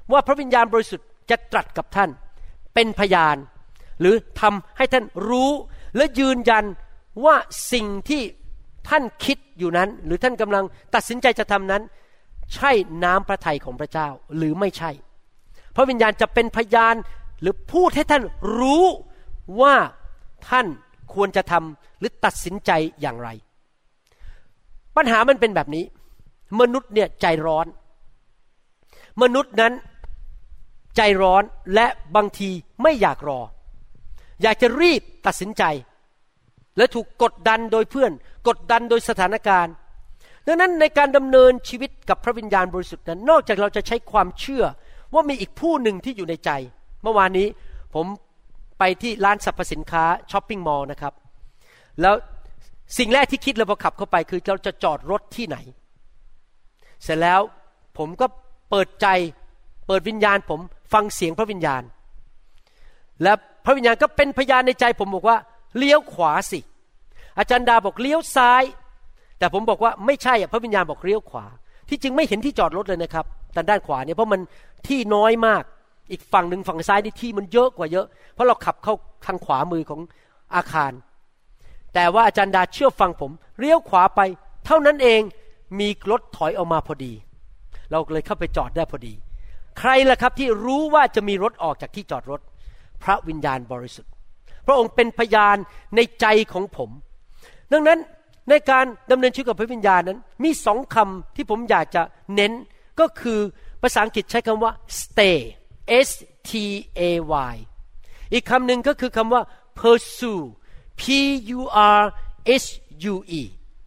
ว่าพระวิญญาณบริสุทธิ์จะตรัสกับท่านเป็นพยานหรือทำให้ท่านรู้และยืนยันว่าสิ่งที่ท่านคิดอยู่นั้นหรือท่านกำลังตัดสินใจจะทำนั้นใช่น้ำพระทัยของพระเจ้าหรือไม่ใช่พระวิญญาณจะเป็นพยานหรือพูดให้ท่านรู้ว่าท่านควรจะทำหรือตัดสินใจอย่างไรปัญหามันเป็นแบบนี้มนุษย์เนี่ยใจร้อนมนุษย์นั้นใจร้อนและบางทีไม่อยากรออยากจะรีบตัดสินใจและถูกกดดันโดยเพื่อนกดดันโดยสถานการณ์ดังนั้นในการดำเนินชีวิตกับพระวิญญาณบริสุทธิ์นั้นนอกจากเราจะใช้ความเชื่อว่ามีอีกผู้หนึ่งที่อยู่ในใจเมื่อวานนี้ผมไปที่ร้านสรรพสินค้าช้อปปิ้งมอลล์นะครับแล้วสิ่งแรกที่คิดเลยพอขับเข้าไปคือเราจะจอดรถที่ไหนเสร็จแล้วผมก็เปิดใจเปิดวิญญาณผมฟังเสียงพระวิญญาณและพระวิญญาณก็เป็นพยานในใจผมบอกว่าเลี้ยวขวาสิอาจารย์ดาบอกเลี้ยวซ้ายแต่ผมบอกว่าไม่ใช่พระวิญญาณบอกเลี้ยวขวาที่จริงไม่เห็นที่จอดรถเลยนะครับแต่ด้านขวาเนี่ยเพราะมันที่น้อยมากอีกฝั่งหนึ่งฝั่งซ้ายนี่ที่มันเยอะกว่าเยอะเพราะเราขับเข้าทางขวามือของอาคารแต่ว่าอาจารย์ดาเชื่อฟังผมเลี้ยวขวาไปเท่านั้นเองมีรถถอยออกมาพอดีเราเลยเข้าไปจอดได้พอดีใครล่ะครับที่รู้ว่าจะมีรถออกจากที่จอดรถพระวิญญาณบริสุทธิ์พระองค์เป็นพยานในใจของผมดังนั้นในการดำเนินชีวิตกับพระวิญญาณนั้นมีสองคำที่ผมอยากจะเน้นก็คือภาษาอังกฤษใช้คำว่า stay S T A Y อีกคำหนึ่งก็คือคำว่า pursue P U R S U E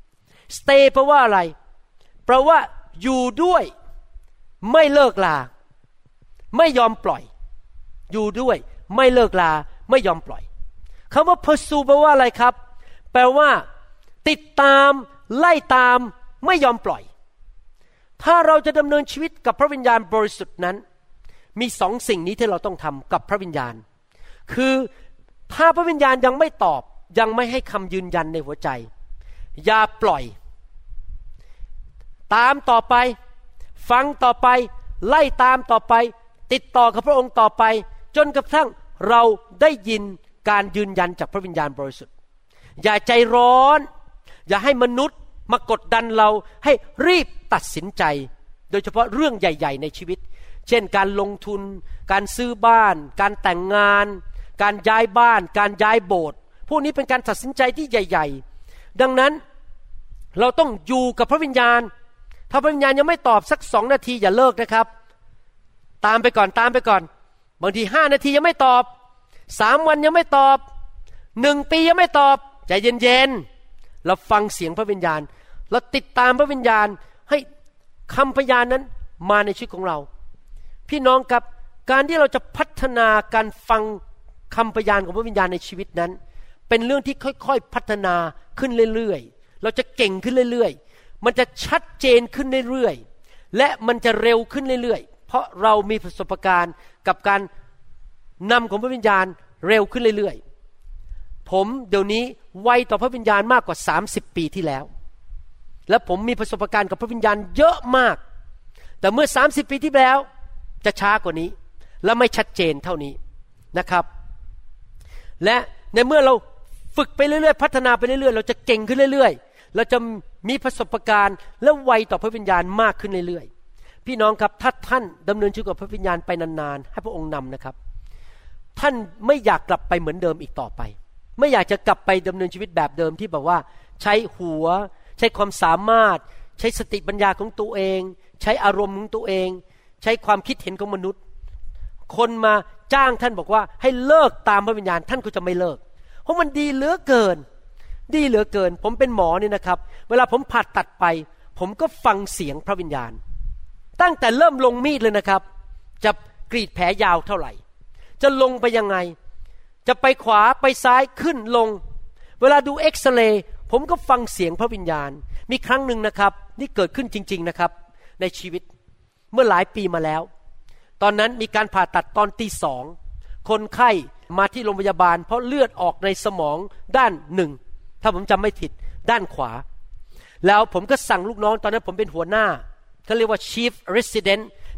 stay แปลว่าอะไรแปลว่าอยู่ด้วยไม่เลิกลาไม่ยอมปล่อยอยู่ด้วยไม่เลิกลาไม่ยอมปล่อยคำว่า pursue แปลว่าอะไรครับแปลว่าติดตามไล่ตามไม่ยอมปล่อยถ้าเราจะดำเนินชีวิตกับพระวิญญาณบริสุทธิ์นั้นมีสองสิ่งนี้ที่เราต้องทำกับพระวิญญาณคือถ้าพระวิญญาณยังไม่ตอบยังไม่ให้คำยืนยันในหัวใจอย่าปล่อยตามต่อไปฟังต่อไปไล่ตามต่อไปติดต่อกับพระองค์ต่อไปจนกระทั่งเราได้ยินการยืนยันจากพระวิญญาณบริสุทธิ์อย่าใจร้อนอย่าให้มนุษย์มากดดันเราให้รีบตัดสินใจโดยเฉพาะเรื่องใหญ่ๆในชีวิตเช่นการลงทุนการซื้อบ้านการแต่งงานการย้ายบ้านการย้ายโบสถ์พวกนี้เป็นการตัดสินใจที่ใหญ่ๆดังนั้นเราต้องอยู่กับพระวิญญาณถ้าพระวิญญาณยังไม่ตอบสักสองนาทีอย่าเลิกนะครับตามไปก่อนตามไปก่อนบางทีห้านาทียังไม่ตอบสามวันยังไม่ตอบหนึ่งปียังไม่ตอบใจเย็นๆเราฟังเสียงพระวิญญาณเราติดตามพระวิญญาณให้คำพยานนั้นมาในชีวิตของเราพี่น้องครับการที่เราจะพัฒนาการฟังคำพยานของพระวิญญาณในชีวิตนั้นเป็นเรื่องที่ค่อยๆพัฒนาขึ้นเรื่อยๆเราจะเก่งขึ้นเรื่อยๆมันจะชัดเจนขึ้นเรื่อยๆและมันจะเร็วขึ้นเรื่อยๆเพราะเรามีประสบการณ์กับการนำของพระวิญญาณเร็วขึ้นเรื่อยๆผมเดี๋ยวนี้ไวต่อพระวิญญาณมากกว่าสามสิบปีที่แล้วและผมมีประสบการณ์กับพระวิญญาณเยอะมากแต่เมื่อสามสิบปีที่แล้วจะช้ากว่านี้และไม่ชัดเจนเท่านี้นะครับและในเมื่อเราฝึกไปเรื่อยๆพัฒนาไปเรื่อยๆเราจะเก่งขึ้นเรื่อยๆเราจะมีประสบการณ์และไวต่อพระวิญญาณมากขึ้นเรื่อยๆพี่น้องครับถ้าท่านดำเนินชีวิตกับพระวิญญาณไปนานๆให้พระองค์นำนะครับท่านไม่อยากกลับไปเหมือนเดิมอีกต่อไปไม่อยากจะกลับไปดำเนินชีวิตแบบเดิมที่แบบว่าใช้หัวใช้ความสามารถใช้สติปัญญาของตัวเองใช้อารมณ์ของตัวเองใช้ความคิดเห็นของมนุษย์คนมาจ้างท่านบอกว่าให้เลิกตามพระวิญญาณท่านก็จะไม่เลิกเพราะมันดีเหลือเกินดีเหลือเกินผมเป็นหมอเนี่ยนะครับเวลาผมผ่าตัดไปผมก็ฟังเสียงพระวิญญาณตั้งแต่เริ่มลงมีดเลยนะครับจะกรีดแผลยาวเท่าไหร่จะลงไปยังไงจะไปขวาไปซ้ายขึ้นลงเวลาดูเอ็กซเรย์ผมก็ฟังเสียงพระวิญญาณมีครั้งหนึ่งนะครับนี่เกิดขึ้นจริงๆนะครับในชีวิตเมื่อหลายปีมาแล้วตอนนั้นมีการผ่าตัดตอนตีสองคนไข้มาที่โรงพยาบาลเพราะเลือดออกในสมองด้านหนึ่งถ้าผมจำไม่ผิดด้านขวาแล้วผมก็สั่งลูกน้องตอนนั้นผมเป็นหัวหน้าเขาเรียกว่า chief resident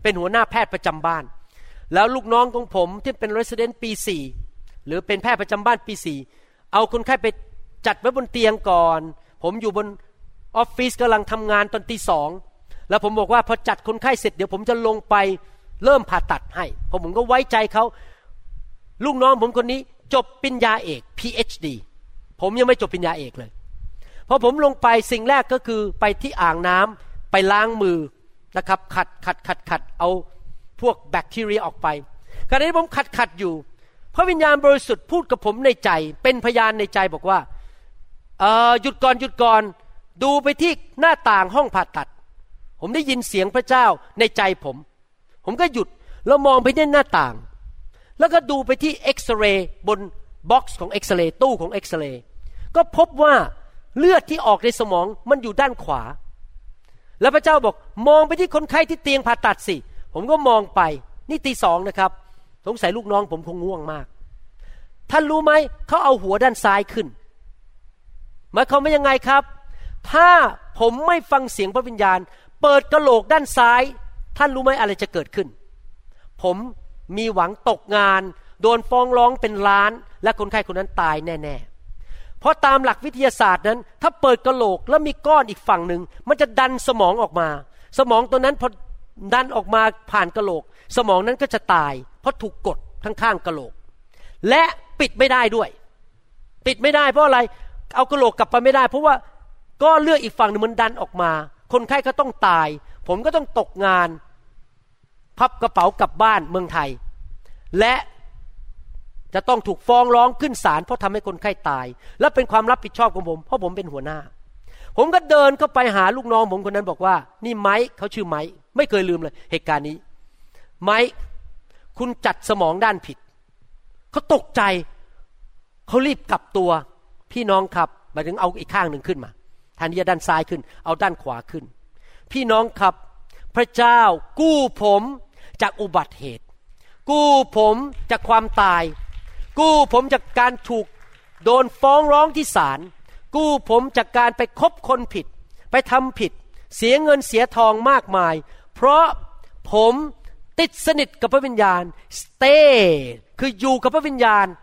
เป็นหัวหน้าแพทย์ประจำบ้านแล้วลูกน้องของผมที่เป็น resident ปีสี่หรือเป็นแพทย์ประจำบ้านปีสี่เอาคนไข้ไปจัดไว้บนเตียงก่อนผมอยู่บนออฟฟิศกำลังทำงานตอนตีสองแล้วผมบอกว่าพอจัดคนไข้เสร็จเดี๋ยวผมจะลงไปเริ่มผ่าตัดให้เพราะผมก็ไว้ใจเขาลูกน้องผมคนนี้จบปริญญาเอก พี เอช ดี ผมยังไม่จบปริญญาเอกเลยพอผมลงไปสิ่งแรกก็คือไปที่อ่างน้ำไปล้างมือนะครับขัดขัดขัดขัดเอาพวกแบคทีเรียออกไปขณะที่ผมขัดขัดอยู่พระวิญญาณบริสุทธิ์พูดกับผมในใจเป็นพยานในใจบอกว่าเอ่อหยุดก่อนหยุดก่อนดูไปที่หน้าต่างห้องผ่าตัดผมได้ยินเสียงพระเจ้าในใจผมผมก็หยุดแล้วมองไปที่หน้าต่างแล้วก็ดูไปที่เอ็กซเรย์บนบ็อกซ์ของเอ็กซเรย์ตู้ของเอ็กซเรย์ก็พบว่าเลือดที่ออกในสมองมันอยู่ด้านขวาแล้วพระเจ้าบอกมองไปที่คนไข้ที่เตียงผ่าตัดสิผมก็มองไปนี่ตีสองนะครับสงสัยลูกน้องผมคงง่วงมากท่านรู้ไหมเขาเอาหัวด้านซ้ายขึ้นหมายความว่ายังไงครับถ้าผมไม่ฟังเสียงพระวิญญาณเปิดกะโหลกด้านซ้ายท่านรู้ไหมอะไรจะเกิดขึ้นผมมีหวังตกงานโดนฟ้องร้องเป็นล้านและคนไข้คนนั้นตายแน่ๆเพราะตามหลักวิทยาศาสตร์นั้นถ้าเปิดกะโหลกแล้วมีก้อนอีกฝั่งหนึ่งมันจะดันสมองออกมาสมองตัวนั้นพอดันออกมาผ่านกะโหลกสมองนั้นก็จะตายเพราะถูกกดข้างๆกะโหลกและปิดไม่ได้ด้วยปิดไม่ได้เพราะอะไรเอากะโหลกกลับไปไม่ได้เพราะว่าก้อนเลือดอีกฝั่งนึงมันดันออกมาคนไข้ก็ต้องตายผมก็ต้องตกงานพับกระเป๋ากลับบ้านเมืองไทยและจะต้องถูกฟ้องร้องขึ้นศาลเพราะทำให้คนไข้ตายและเป็นความรับผิดชอบของผมเพราะผมเป็นหัวหน้าผมก็เดินเข้าไปหาลูกน้องผมคนนั้นบอกว่านี่ไมค์เขาชื่อไมค์ไม่เคยลืมเลยเหตุการณ์นี้ไมค์คุณจัดสมองด้านผิดเขาตกใจเขารีบกลับตัวพี่น้องครับหมายถึงเอาอีกข้างหนึ่งขึ้นมาแทนที่จะด้านซ้ายขึ้นเอาด้านขวาขึ้นพี่น้องครับพระเจ้ากู้ผมจากอุบัติเหตุกู้ผมจากความตายกู้ผมจากการถูกโดนฟ้องร้องที่ศาลกู้ผมจากการไปคบคนผิดไปทำผิดเสียเงินเสียทองมากมายเพราะผมติดสนิทกับพระวิญญาณ stay คืออยู่กับพระวิญญาณ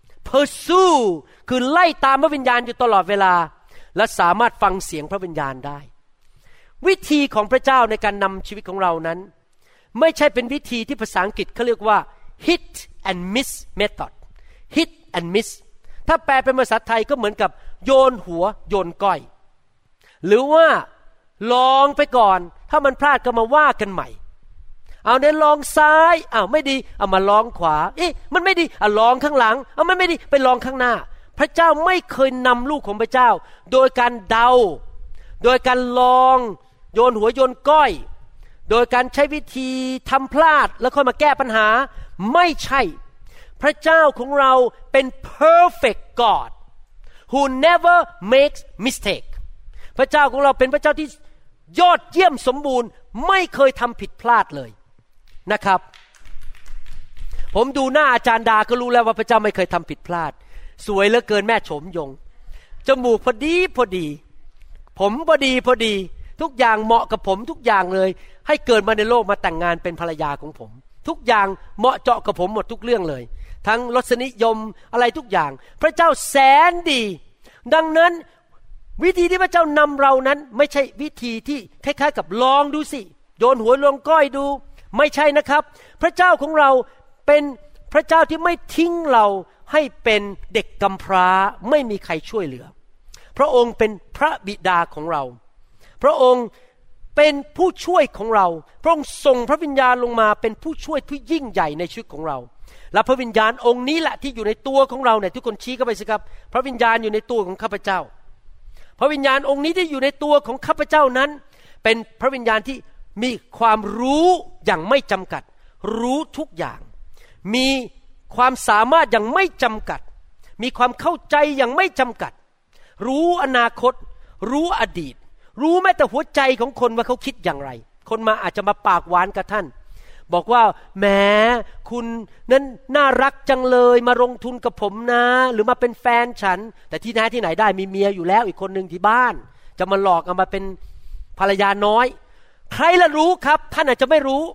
pursue คือไล่ตามพระวิญญาณอยู่ตลอดเวลาและสามารถฟังเสียงพระวิญญาณได้วิธีของพระเจ้าในการนำชีวิตของเรานั้นไม่ใช่เป็นวิธีที่ภาษาอังกฤษเขาเรียกว่า hit and miss method hit and miss ถ้าแปลเป็นภาษาไทยก็เหมือนกับโยนหัวโยนก้อยหรือว่าลองไปก่อนถ้ามันพลาดก็มาว่ากันใหม่เอาเน้นลองซ้ายอ้าวไม่ดีเอามาลองขวาเอ๊ะมันไม่ดีอ่ะลองข้างหลังเอามันไม่ดีไปลองข้างหน้าพระเจ้าไม่เคยนำลูกของพระเจ้าโดยการเดาโดยการลองโยนหัวโยนก้อยโดยการใช้วิธีทำพลาดแล้วค่อยมาแก้ปัญหาไม่ใช่พระเจ้าของเราเป็น perfect God who never makes mistake พระเจ้าของเราเป็นพระเจ้าที่ยอดเยี่ยมสมบูรณ์ไม่เคยทำผิดพลาดเลยนะครับผมดูหน้าอาจารย์ดาก็รู้แล้วว่าพระเจ้าไม่เคยทำผิดพลาดสวยเหลือเกินแม่โฉมยงจมูกพอดีพอดีผมพอดีพอดีทุกอย่างเหมาะกับผมทุกอย่างเลยให้เกิดมาในโลกมาแต่งงานเป็นภรรยาของผมทุกอย่างเหมาะเจาะกับผมหมดทุกเรื่องเลยทั้งรสนิยมอะไรทุกอย่างพระเจ้าแสนดีดังนั้นวิธีที่พระเจ้านำเรานั้นไม่ใช่วิธีที่คล้ายๆกับลองดูสิโยนหัวลงก้อยดูไม่ใช่นะครับพระเจ้าของเราเป็นพระเจ้าที่ไม่ทิ้งเราให้เป็นเด็กกำพร้าไม่มีใครช่วยเหลือพระองค์เป็นพระบิดาของเราพระองค์เป็นผู้ช่วยของเราพระองค์ส่งพระวิญญาณลงมาเป็นผู้ช่วยที่ยิ่งใหญ่ในชีวิตของเราและพระวิญญาณองค์นี้แหละที่อยู่ในตัวของเราเนี่ยทุกคนชี้เข้าไปสิครับพระวิญญาณอยู่ในตัวของข้าพเจ้าพระวิญญาณองค์นี้ที่อยู่ในตัวของข้าพเจ้านั้นเป็นพระวิญญาณที่มีความรู้อย่างไม่จำกัดรู้ทุกอย่างมีความสามารถอย่างไม่จำกัดมีความเข้าใจอย่างไม่จำกัดรู้อนาคตรู้อดีตรู้แม้แต่หัวใจของคนว่าเขาคิดอย่างไรคนมาอาจจะมาปากหวานกับท่านบอกว่าแหมคุณนั้นน่ารักจังเลยมาลงทุนกับผมนะหรือมาเป็นแฟนฉันแต่ที่แท้ที่ไหนได้มีเมียอยู่แล้วอีกคนนึงที่บ้านจะมาหลอกเอามาเป็นภรรยาน้อยใครละรู้ครับท่านอาจจะไม่รู้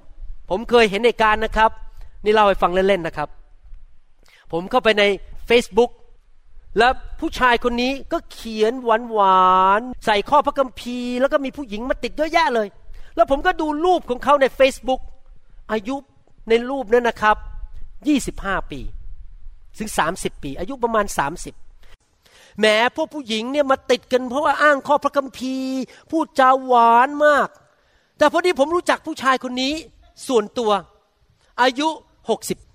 ผมเคยเห็นเหตุการณ์นะครับนี่เล่าให้ฟังเล่นๆนะครับผมเข้าไปใน Facebook แล้วผู้ชายคนนี้ก็เขียนหวานๆใส่ข้อพระคัมภีร์แล้วก็มีผู้หญิงมาติดเยอะแยะเลยแล้วผมก็ดูรูปของเขาใน Facebook อายุในรูปนั้นนะครับยี่สิบห้าปีถึงสามสิบปีอายุประมาณสามสิบแหมพวกผู้หญิงเนี่ยมาติดกันเพราะว่าอ้างข้อพระคัมภีร์พูดจาหวานมากแต่พอดีผมรู้จักผู้ชายคนนี้ส่วนตัวอายุหกสิบ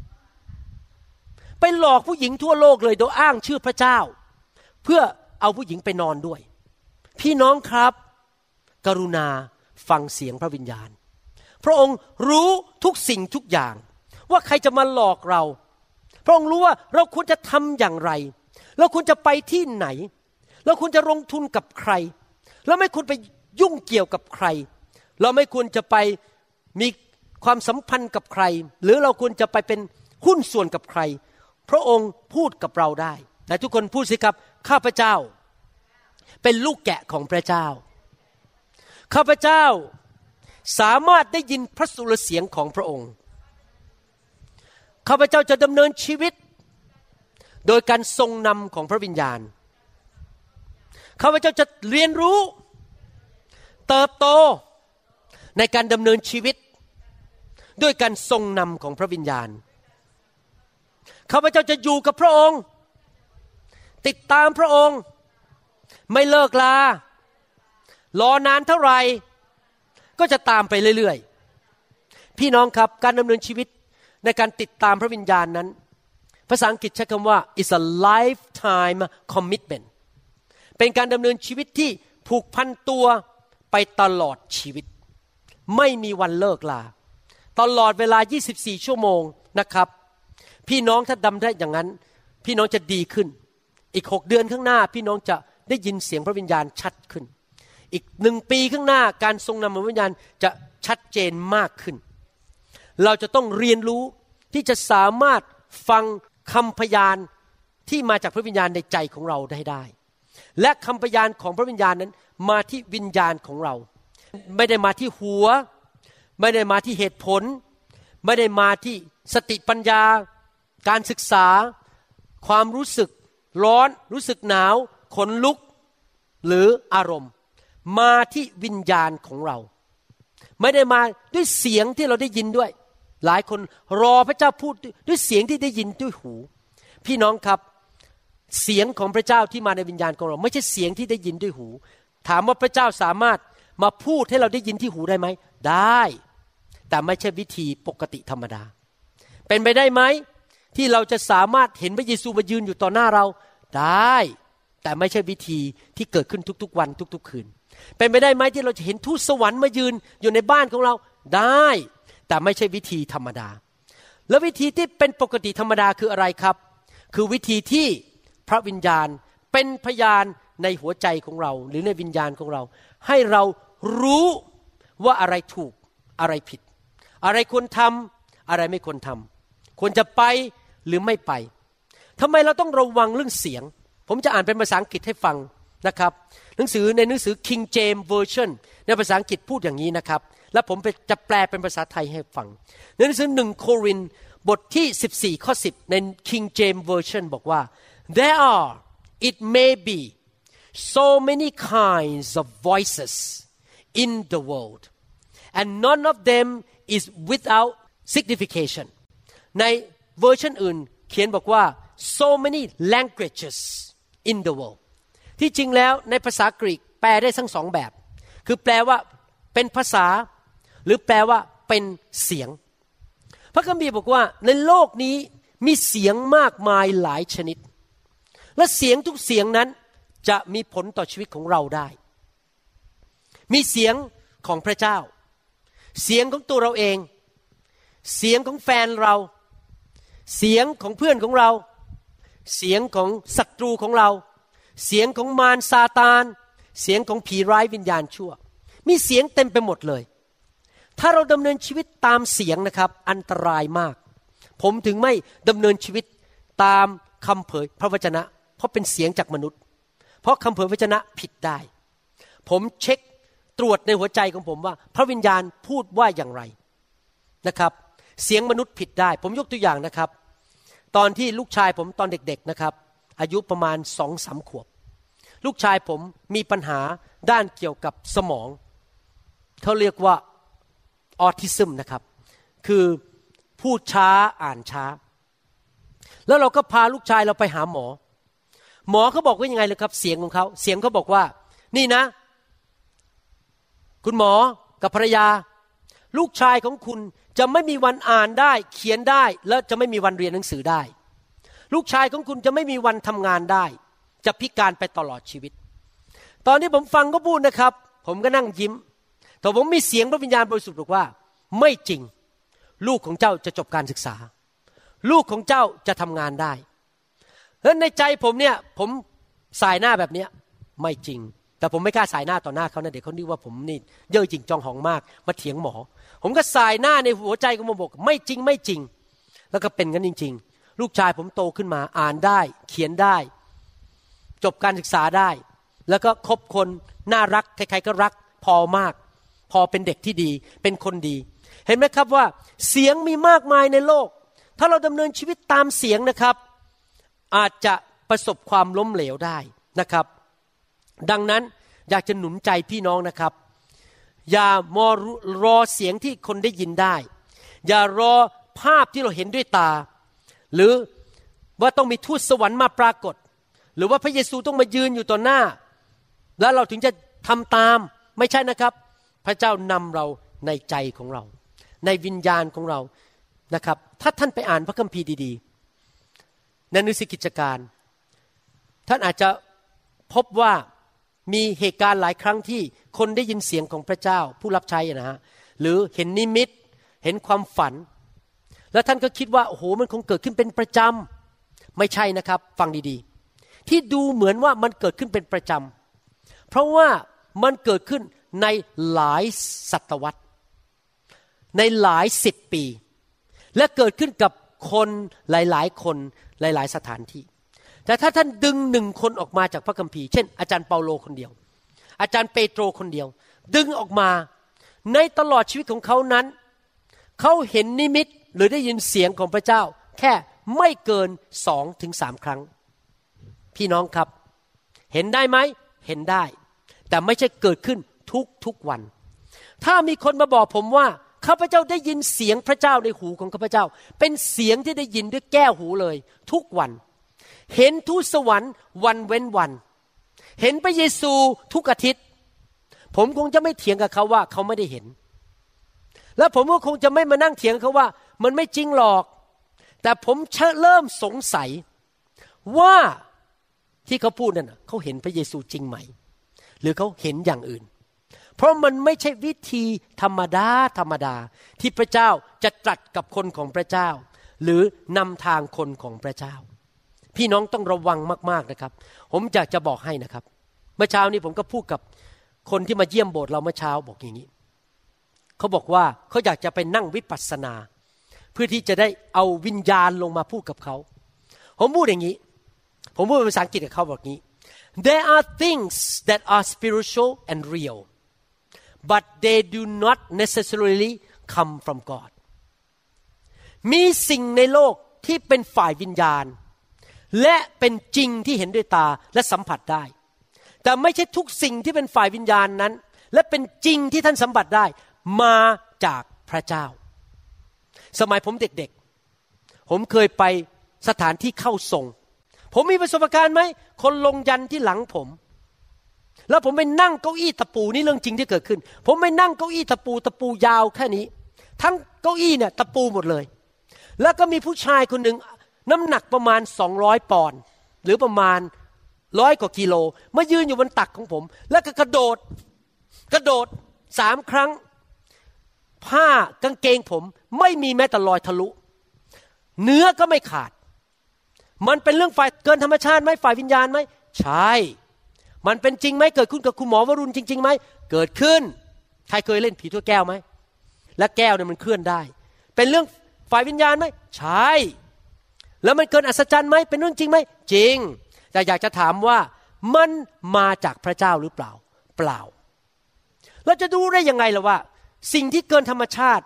ไปหลอกผู้หญิงทั่วโลกเลยโดยอ้างชื่อพระเจ้าเพื่อเอาผู้หญิงไปนอนด้วยพี่น้องครับกรุณาฟังเสียงพระวิญญาณพระองค์รู้ทุกสิ่งทุกอย่างว่าใครจะมาหลอกเราพระองค์รู้ว่าเราควรจะทำอย่างไรเราควรจะไปที่ไหนเราควรจะลงทุนกับใครเราไม่ควรไปยุ่งเกี่ยวกับใครเราไม่ควรจะไปมีความสัมพันธ์กับใครหรือเราควรจะไปเป็นหุ้นส่วนกับใครพระองค์พูดกับเราได้แต่ทุกคนพูดสิครับข้าพเจ้าเป็นลูกแกะของพระเจ้าข้าพเจ้าสามารถได้ยินพระสุรเสียงของพระองค์ข้าพเจ้าจะดำเนินชีวิตโดยการทรงนำของพระวิญญาณข้าพเจ้าจะเรียนรู้เติบโตในการดำเนินชีวิตด้วยการทรงนำของพระวิญญาณข้าพเจ้าจะอยู่กับพระองค์ติดตามพระองค์ไม่เลิกลารอนานเท่าไหร่ก็จะตามไปเรื่อยๆพี่น้องครับการดำเนินชีวิตในการติดตามพระวิญญาณนั้นภาษาอังกฤษใช้คำว่า is a lifetime commitment เป็นการดำเนินชีวิตที่ผูกพันตัวไปตลอดชีวิตไม่มีวันเลิกลาตลอดเวลายี่สิบสี่ชั่วโมงนะครับพี่น้องถ้าดำได้อย่างนั้นพี่น้องจะดีขึ้นอีกหกเดือนข้างหน้าพี่น้องจะได้ยินเสียงพระวิญญาณชัดขึ้นอีกหนึ่งปีข้างหน้าการทรงนำของพระวิญญาณจะชัดเจนมากขึ้นเราจะต้องเรียนรู้ที่จะสามารถฟังคำพยานที่มาจากพระวิญญาณในใจของเราได้ได้และคำพยานของพระวิญญาณนั้นมาที่วิญญาณของเราไม่ได้มาที่หัวไม่ได้มาที่เหตุผลไม่ได้มาที่สติปัญญาการศึกษาความรู้สึกร้อนรู้สึกหนาวขนลุกหรืออารมณ์มาที่วิญญาณของเราไม่ได้มาด้วยเสียงที่เราได้ยินด้วยหลายคนรอพระเจ้าพูดด้วยเสียงที่ได้ยินด้วยหูพี่น้องครับเสียงของพระเจ้าที่มาในวิญญาณของเราไม่ใช่เสียงที่ได้ยินด้วยหูถามว่าพระเจ้าสามารถมาพูดให้เราได้ยินที่หูได้ไหมได้แต่ไม่ใช่วิธีปกติธรรมดาเป็นไปได้ไหมที่เราจะสามารถเห็นพระเยซูมายืนอยู่ต่อหน้าเราได้แต่ไม่ใช่วิธีที่เกิดขึ้นทุกๆวันทุกๆคืนเป็นไปได้ไหมที่เราจะเห็นทูตสวรรค์มายืนอยู่ในบ้านของเราได้แต่ไม่ใช่วิธีธรรมดาแล้ววิธีที่เป็นปกติธรรมดาคืออะไรครับคือวิธีที่พระวิญญาณเป็นพยานในหัวใจของเราหรือในวิญญาณของเราให้เรารู้ว่าอะไรถูกอะไรผิดอะไรควรทำอะไรไม่ควรทำควรจะไปหรือไม่ไปทำไมเราต้องระวังเรื่องเสียงผมจะอ่านเป็นภาษาอังกฤษให้ฟังนะครับหนังสือในหนังสือ King James Version ในภาษาอังกฤษพูดอย่างนี้นะครับแล้วผมจะแปลเป็นภาษาไทยให้ฟังในหนังสือหนึ่งโครินธ์บทที่สิบสี่ข้อสิบใน King James Version บอกว่า There are it may be so many kinds of voices in the world and none of them is without signification ในเวอร์ชันอื่นเขียนบอกว่า so many languages in the world ที่จริงแล้วในภาษากรีกแปลได้ทั้งสองแบบคือแปลว่าเป็นภาษาหรือแปลว่าเป็นเสียงพระคัมภีร์บอกว่าในโลกนี้มีเสียงมากมายหลายชนิดและเสียงทุกเสียงนั้นจะมีผลต่อชีวิตของเราได้มีเสียงของพระเจ้าเสียงของตัวเราเองเสียงของแฟนเราเสียงของเพื่อนของเราเสียงของศัตรูของเราเสียงของมารซาตานเสียงของผีร้ายวิญญาณชั่วมีเสียงเต็มไปหมดเลยถ้าเราดำเนินชีวิตตามเสียงนะครับอันตรายมากผมถึงไม่ดำเนินชีวิตตามคำเผยพระวจนะเพราะเป็นเสียงจากมนุษย์เพราะคำเผยพระวจนะผิดได้ผมเช็คตรวจในหัวใจของผมว่าพระวิญญาณพูดว่าอย่างไรนะครับเสียงมนุษย์ผิดได้ผมยกตัวอย่างนะครับตอนที่ลูกชายผมตอนเด็กๆนะครับอายุประมาณ สองถึงสาม ขวบลูกชายผมมีปัญหาด้านเกี่ยวกับสมองเขาเรียกว่าออทิซึมนะครับคือพูดช้าอ่านช้าแล้วเราก็พาลูกชายเราไปหาหมอหมอเขาบอกว่ายังไงเลยครับเสียงของเขาเสียงเขาบอกว่านี่นะคุณหมอกับภรรยาลูกชายของคุณจะไม่มีวันอ่านได้เขียนได้และจะไม่มีวันเรียนหนังสือได้ลูกชายของคุณจะไม่มีวันทำงานได้จะพิการไปตลอดชีวิตตอนที่ผมฟังเขาพูดนะครับผมก็นั่งยิ้มแต่ผมมีเสียงพระวิญญาณบริสุทธิ์บอกว่าไม่จริงลูกของเจ้าจะจบการศึกษาลูกของเจ้าจะทำงานได้แล้วในใจผมเนี่ยผมสายหน้าแบบนี้ไม่จริงแต่ผมไม่กล้าสายหน้าต่อหน้าเขานะเดี๋ยวเขาคิดว่าผมนี่เย่อหยิ่งจองหองมากมาเถียงหมอผมก็สายหน้าในหัวใจของผมบอกไม่จริงไม่จริงแล้วก็เป็นกันจริงๆลูกชายผมโตขึ้นมาอ่านได้เขียนได้จบการศึกษาได้แล้วก็คบคนน่ารักใครๆก็รักพอมากพอเป็นเด็กที่ดีเป็นคนดีเห็นไหมครับว่าเสียงมีมากมายในโลกถ้าเราดำเนินชีวิตตามเสียงนะครับอาจจะประสบความล้มเหลวได้นะครับดังนั้นอยากจะหนุนใจพี่น้องนะครับอย่ามอรอเสียงที่คนได้ยินได้อย่ารอภาพที่เราเห็นด้วยตาหรือว่าต้องมีทูตสวรรค์มาปรากฏหรือว่าพระเยซูต้องมายืนอยู่ต่อหน้าแล้วเราถึงจะทำตามไม่ใช่นะครับพระเจ้านำเราในใจของเราในวิญญาณของเรานะครับถ้าท่านไปอ่านพระคัมภีร์ดีๆในหนังสือกิจการท่านอาจจะพบว่ามีเหตุการณ์หลายครั้งที่คนได้ยินเสียงของพระเจ้าผู้รับใช้นะฮะหรือเห็นนิมิตเห็นความฝันแล้วท่านก็คิดว่าโอ้โหมันคงเกิดขึ้นเป็นประจำไม่ใช่นะครับฟังดีๆที่ดูเหมือนว่ามันเกิดขึ้นเป็นประจำเพราะว่ามันเกิดขึ้นในหลายศตวรรษในหลายสิบปีและเกิดขึ้นกับคนหลายๆคนหลายๆสถานที่แต่ถ้าท่านดึงหนึ่งคนออกมาจากพระคัมภีร์เช่นอาจารย์เปาโลคนเดียวอาจารย์เปโตรคนเดียวดึงออกมาในตลอดชีวิตของเขานั้นเขาเห็นนิมิตหรือได้ยินเสียงของพระเจ้าแค่ไม่เกินสองถึงสามครั้งพี่น้องครับเห็นได้ไหมเห็นได้แต่ไม่ใช่เกิดขึ้นทุกทุกวันถ้ามีคนมาบอกผมว่าข้าพเจ้าได้ยินเสียงพระเจ้าในหูของข้าพเจ้าเป็นเสียงที่ได้ยินด้วยแก้วหูเลยทุกวันเห็นทูตสวรรค์วันเว้นวันเห็นพระเยซูทุกอาทิตย์ผมคงจะไม่เถียงกับเขาว่าเขาไม่ได้เห็นแล้วผมก็คงจะไม่มานั่งเถียงเขาว่ามันไม่จริงหรอกแต่ผมเริ่มสงสัยว่าที่เขาพูดนั่นเขาเห็นพระเยซูจริงไหมหรือเขาเห็นอย่างอื่นเพราะมันไม่ใช่วิธีธรรมดาธรรมดาที่พระเจ้าจะตรัสกับคนของพระเจ้าหรือนำทางคนของพระเจ้าพี่น้องต้องระวังมากๆนะครับผมอยากจะบอกให้นะครับเมื่อเช้านี้ผมก็พูดกับคนที่มาเยี่ยมโบสถ์เราเมื่อเช้าบอกอย่างนี้เขาบอกว่าเขาอยากจะไปนั่งวิปัสสนาเพื่อที่จะได้เอาวิญญาณลงมาพูดกับเขาผมพูดอย่างนี้ผมพูดเป็นภาษาอังกฤษกับเขาบอกงี้ There are things that are spiritual and real but they do not necessarily come from God มีสิ่งในโลกที่เป็นฝ่ายวิญญาณและเป็นจริงที่เห็นด้วยตาและสัมผัสได้แต่ไม่ใช่ทุกสิ่งที่เป็นฝ่ายวิญญาณนั้นและเป็นจริงที่ท่านสัมผัสได้มาจากพระเจ้าสมัยผมเด็กๆผมเคยไปสถานที่เข้าทรงผมมีประสบการณ์ไหมคนลงยันที่หลังผมแล้วผมไปนั่งเก้าอี้ตะปูนี่เรื่องจริงที่เกิดขึ้นผมไปนั่งเก้าอี้ตะปูตะปูยาวแค่นี้ทั้งเก้าอี้เนี่ยตะปูหมดเลยแล้วก็มีผู้ชายคนหนึ่งน้ำหนักประมาณสองร้อยปอนด์หรือประมาณร้อยกว่ากิโลมายืนอยู่บนตักของผมแล้วก็กระโดดกระโดดสามครั้งผ้ากางเกงผมไม่มีแม้แต่รอยทะลุเนื้อก็ไม่ขาดมันเป็นเรื่องฝ่ายเกินธรรมชาติไหมฝ่ายวิญญาณไหมใช่มันเป็นจริงไหมเกิดขึ้นกับคุณหมอวรุณจริงๆไหมเกิดขึ้นใครเคยเล่นผีถ้วยแก้วไหมและแก้วเนี่ยมันเคลื่อนได้เป็นเรื่องฝ่ายวิญญาณไหมใช่แล้วมันเกินอัศจรรย์ไหมเป็นเรื่องจริงไหมจริงแต่อยากจะถามว่ามันมาจากพระเจ้าหรือเปล่าเปล่าเราจะดูได้ยังไงล่ะว่าสิ่งที่เกินธรรมชาติ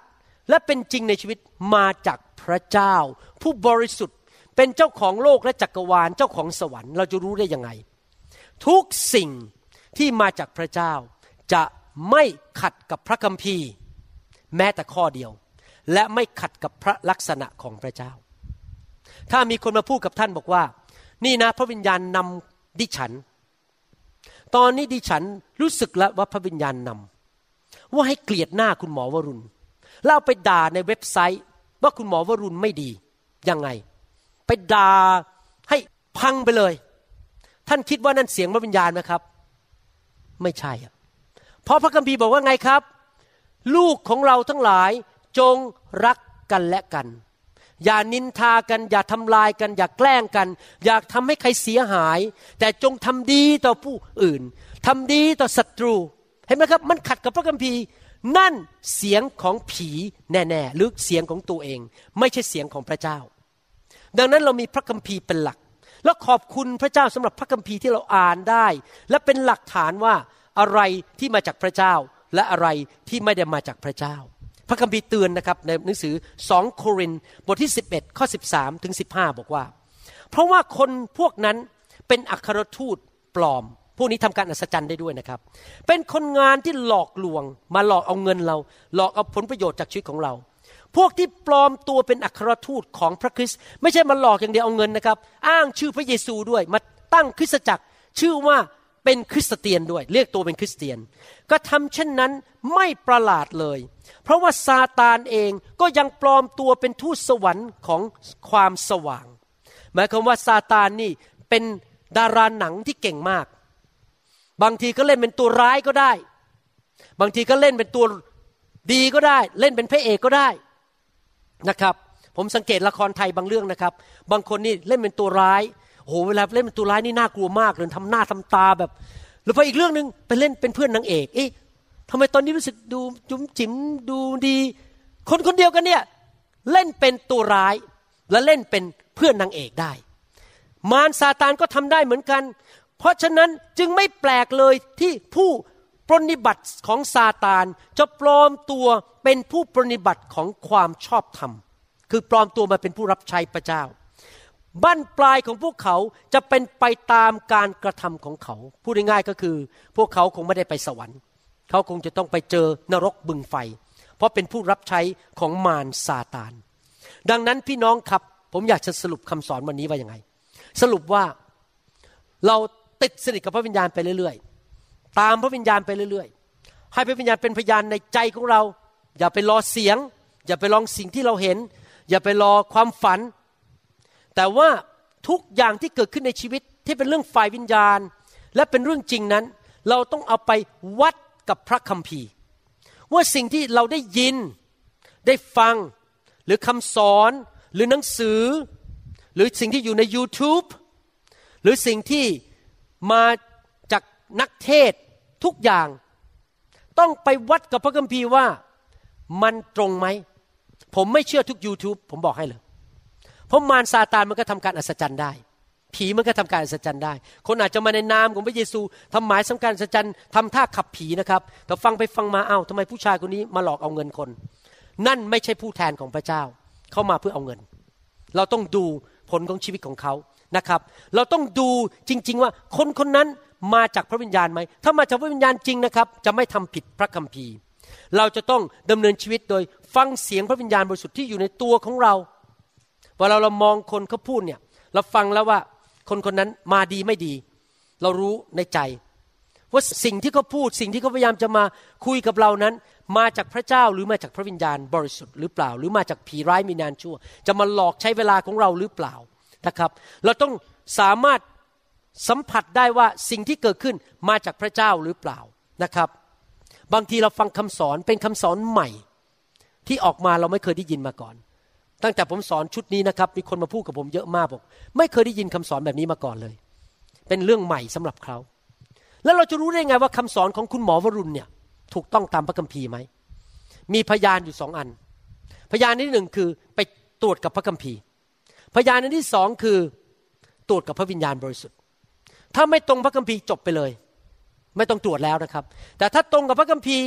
และเป็นจริงในชีวิตมาจากพระเจ้าผู้บริสุทธิ์เป็นเจ้าของโลกและจักรวาลเจ้าของสวรรค์เราจะรู้ได้ยังไงทุกสิ่งที่มาจากพระเจ้าจะไม่ขัดกับพระคัมภีร์แม้แต่ข้อเดียวและไม่ขัดกับพระลักษณะของพระเจ้าถ้ามีคนมาพูดกับท่านบอกว่านี่นะพระวิญญาณนำดิฉันตอนนี้ดิฉันรู้สึกแล้วว่าพระวิญญาณนำว่าให้เกลียดหน้าคุณหมอวรุณแล้วเอาไปด่าในเว็บไซต์ว่าคุณหมอวรุณไม่ดียังไงไปด่าให้พังไปเลยท่านคิดว่านั่นเสียงพระวิญญาณไหมครับไม่ใช่อะเพราะพระคัมภีร์บอกว่าไงครับลูกของเราทั้งหลายจงรักกันและกันอย่านินทากันอย่าทำลายกันอย่าแกล้งกันอย่าทำให้ใครเสียหายแต่จงทำดีต่อผู้อื่นทำดีต่อศัตรูเห็นไหมครับมันขัดกับพระคัมภีร์นั่นเสียงของผีแน่ๆหรือเสียงของตัวเองไม่ใช่เสียงของพระเจ้าดังนั้นเรามีพระคัมภีร์เป็นหลักแล้วขอบคุณพระเจ้าสำหรับพระคัมภีร์ที่เราอ่านได้และเป็นหลักฐานว่าอะไรที่มาจากพระเจ้าและอะไรที่ไม่ได้มาจากพระเจ้าพระคัมภีร์เตือนนะครับในหนังสือสองโครินธ์บทที่สิบเอ็ดข้อสิบสามถึงสิบห้าบอกว่าเพราะว่าคนพวกนั้นเป็นอัครทูตปลอมพวกนี้ทำการอัศจรรย์ได้ด้วยนะครับเป็นคนงานที่หลอกลวงมาหลอกเอาเงินเราหลอกเอาผลประโยชน์จากชีวิตของเราพวกที่ปลอมตัวเป็นอัครทูตของพระคริสต์ไม่ใช่มาหลอกอย่างเดียวเอาเงินนะครับอ้างชื่อพระเยซูด้วยมาตั้งคริสตจักรชื่อว่าเป็นคริสเตียนด้วยเรียกตัวเป็นคริสเตียนก็ทำเช่นนั้นไม่ประหลาดเลยเพราะว่าซาตานเองก็ยังปลอมตัวเป็นทูตสวรรค์ของความสว่างหมายความว่าซาตานนี่เป็นดาราหนังที่เก่งมากบางทีก็เล่นเป็นตัวร้ายก็ได้บางทีก็เล่นเป็นตัวดีก็ได้เล่นเป็นพระเอกก็ได้นะครับผมสังเกตละครไทยบางเรื่องนะครับบางคนนี่เล่นเป็นตัวร้ายโอ้โหเวลาเล่นเป็นตัวร้ายนี่น่ากลัวมากเลยทำหน้าทำตาแบบหรือพออีกเรื่องนึงไปเล่นเป็นเพื่อนนางเอกเอ๊ะทำไมตอนนี้รู้สึกดูจุ๋มจิ๋มดูดีคนคนเดียวกันเนี่ยเล่นเป็นตัวร้ายและเล่นเป็นเพื่อนนางเอกได้มารซาตานก็ทำได้เหมือนกันเพราะฉะนั้นจึงไม่แปลกเลยที่ผู้ปรนนิบัติของซาตานจะปลอมตัวเป็นผู้ปรนนิบัติของความชอบธรรมคือปลอมตัวมาเป็นผู้รับใช้พระเจ้าบั้นปลายของพวกเขาจะเป็นไปตามการกระทำของเขาพูดง่ายๆก็คือพวกเขาคงไม่ได้ไปสวรรค์เขาคงจะต้องไปเจอนรกบึงไฟเพราะเป็นผู้รับใช้ของมารซาตานดังนั้นพี่น้องครับผมอยากจะสรุปคำสอนวันนี้ว่ายังไงสรุปว่าเราติดสนิทกับพระวิญญาณไปเรื่อยๆตามพระวิญญาณไปเรื่อยๆให้พระวิญญาณเป็นพยานในใจของเราอย่าไปรอเสียงอย่าไปลองสิ่งที่เราเห็นอย่าไปรอความฝันแต่ว่าทุกอย่างที่เกิดขึ้นในชีวิตที่เป็นเรื่องฝ่ายวิญญาณและเป็นเรื่องจริงนั้นเราต้องเอาไปวัดกับพระคัมภีร์ว่าสิ่งที่เราได้ยินได้ฟังหรือคำสอนหรือหนังสือหรือสิ่งที่อยู่ใน YouTube หรือสิ่งที่มาจากนักเทศทุกอย่างต้องไปวัดกับพระคัมภีร์ว่ามันตรงไหมผมไม่เชื่อทุก YouTube ผมบอกให้เลยเพราะมารซาตานมันก็ทำการอัศจรรย์ได้ผีมันก็ทำการอัศจรรย์ได้คนอาจจะมาในนามของพระเยซูทำหมายสำคัญอัศจรรย์ทำท่าขับผีนะครับแต่ฟังไปฟังมาเอ้าทำไมผู้ชายคนนี้มาหลอกเอาเงินคนนั่นไม่ใช่ผู้แทนของพระเจ้าเข้ามาเพื่อเอาเงินเราต้องดูผลของชีวิตของเขานะครับเราต้องดูจริงๆว่าคนคนนั้นมาจากพระวิญญาณไหมถ้ามาจากพระวิญญาณจริงนะครับจะไม่ทำผิดพระคัมภีร์เราจะต้องดำเนินชีวิตโดยฟังเสียงพระวิญญาณบริสุทธิ์ที่อยู่ในตัวของเราเวลาเรามองคนเขาพูดเนี่ยเราฟังแล้วว่าคนคนนั้นมาดีไม่ดีเรารู้ในใจว่าสิ่งที่เขาพูดสิ่งที่เขาพยายามจะมาคุยกับเรานั้นมาจากพระเจ้าหรือมาจากพระวิญญาณบริสุทธิ์หรือเปล่าหรือมาจากผีร้ายวิญญาณชั่วจะมาหลอกใช้เวลาของเราหรือเปล่านะครับเราต้องสามารถสัมผัสได้ว่าสิ่งที่เกิดขึ้นมาจากพระเจ้าหรือเปล่านะครับบางทีเราฟังคำสอนเป็นคำสอนใหม่ที่ออกมาเราไม่เคยได้ยินมาก่อนตั้งแต่ผมสอนชุดนี้นะครับมีคนมาพูดกับผมเยอะมากบอกไม่เคยได้ยินคำสอนแบบนี้มาก่อนเลยเป็นเรื่องใหม่สำหรับเขาแล้วเราจะรู้ได้ไงว่าคำสอนของคุณหมอวรุณเนี่ยถูกต้องตามพระคัมภีร์ไหมมีพยานอยู่สองอันพยานที่หนึ่งคือไปตรวจกับพระคัมภีร์พยานอันที่สองคือตรวจกับพระวิญญาณบริสุทธิ์ถ้าไม่ตรงพระคัมภีร์จบไปเลยไม่ต้องตรวจแล้วนะครับแต่ถ้าตรงกับพระคัมภีร์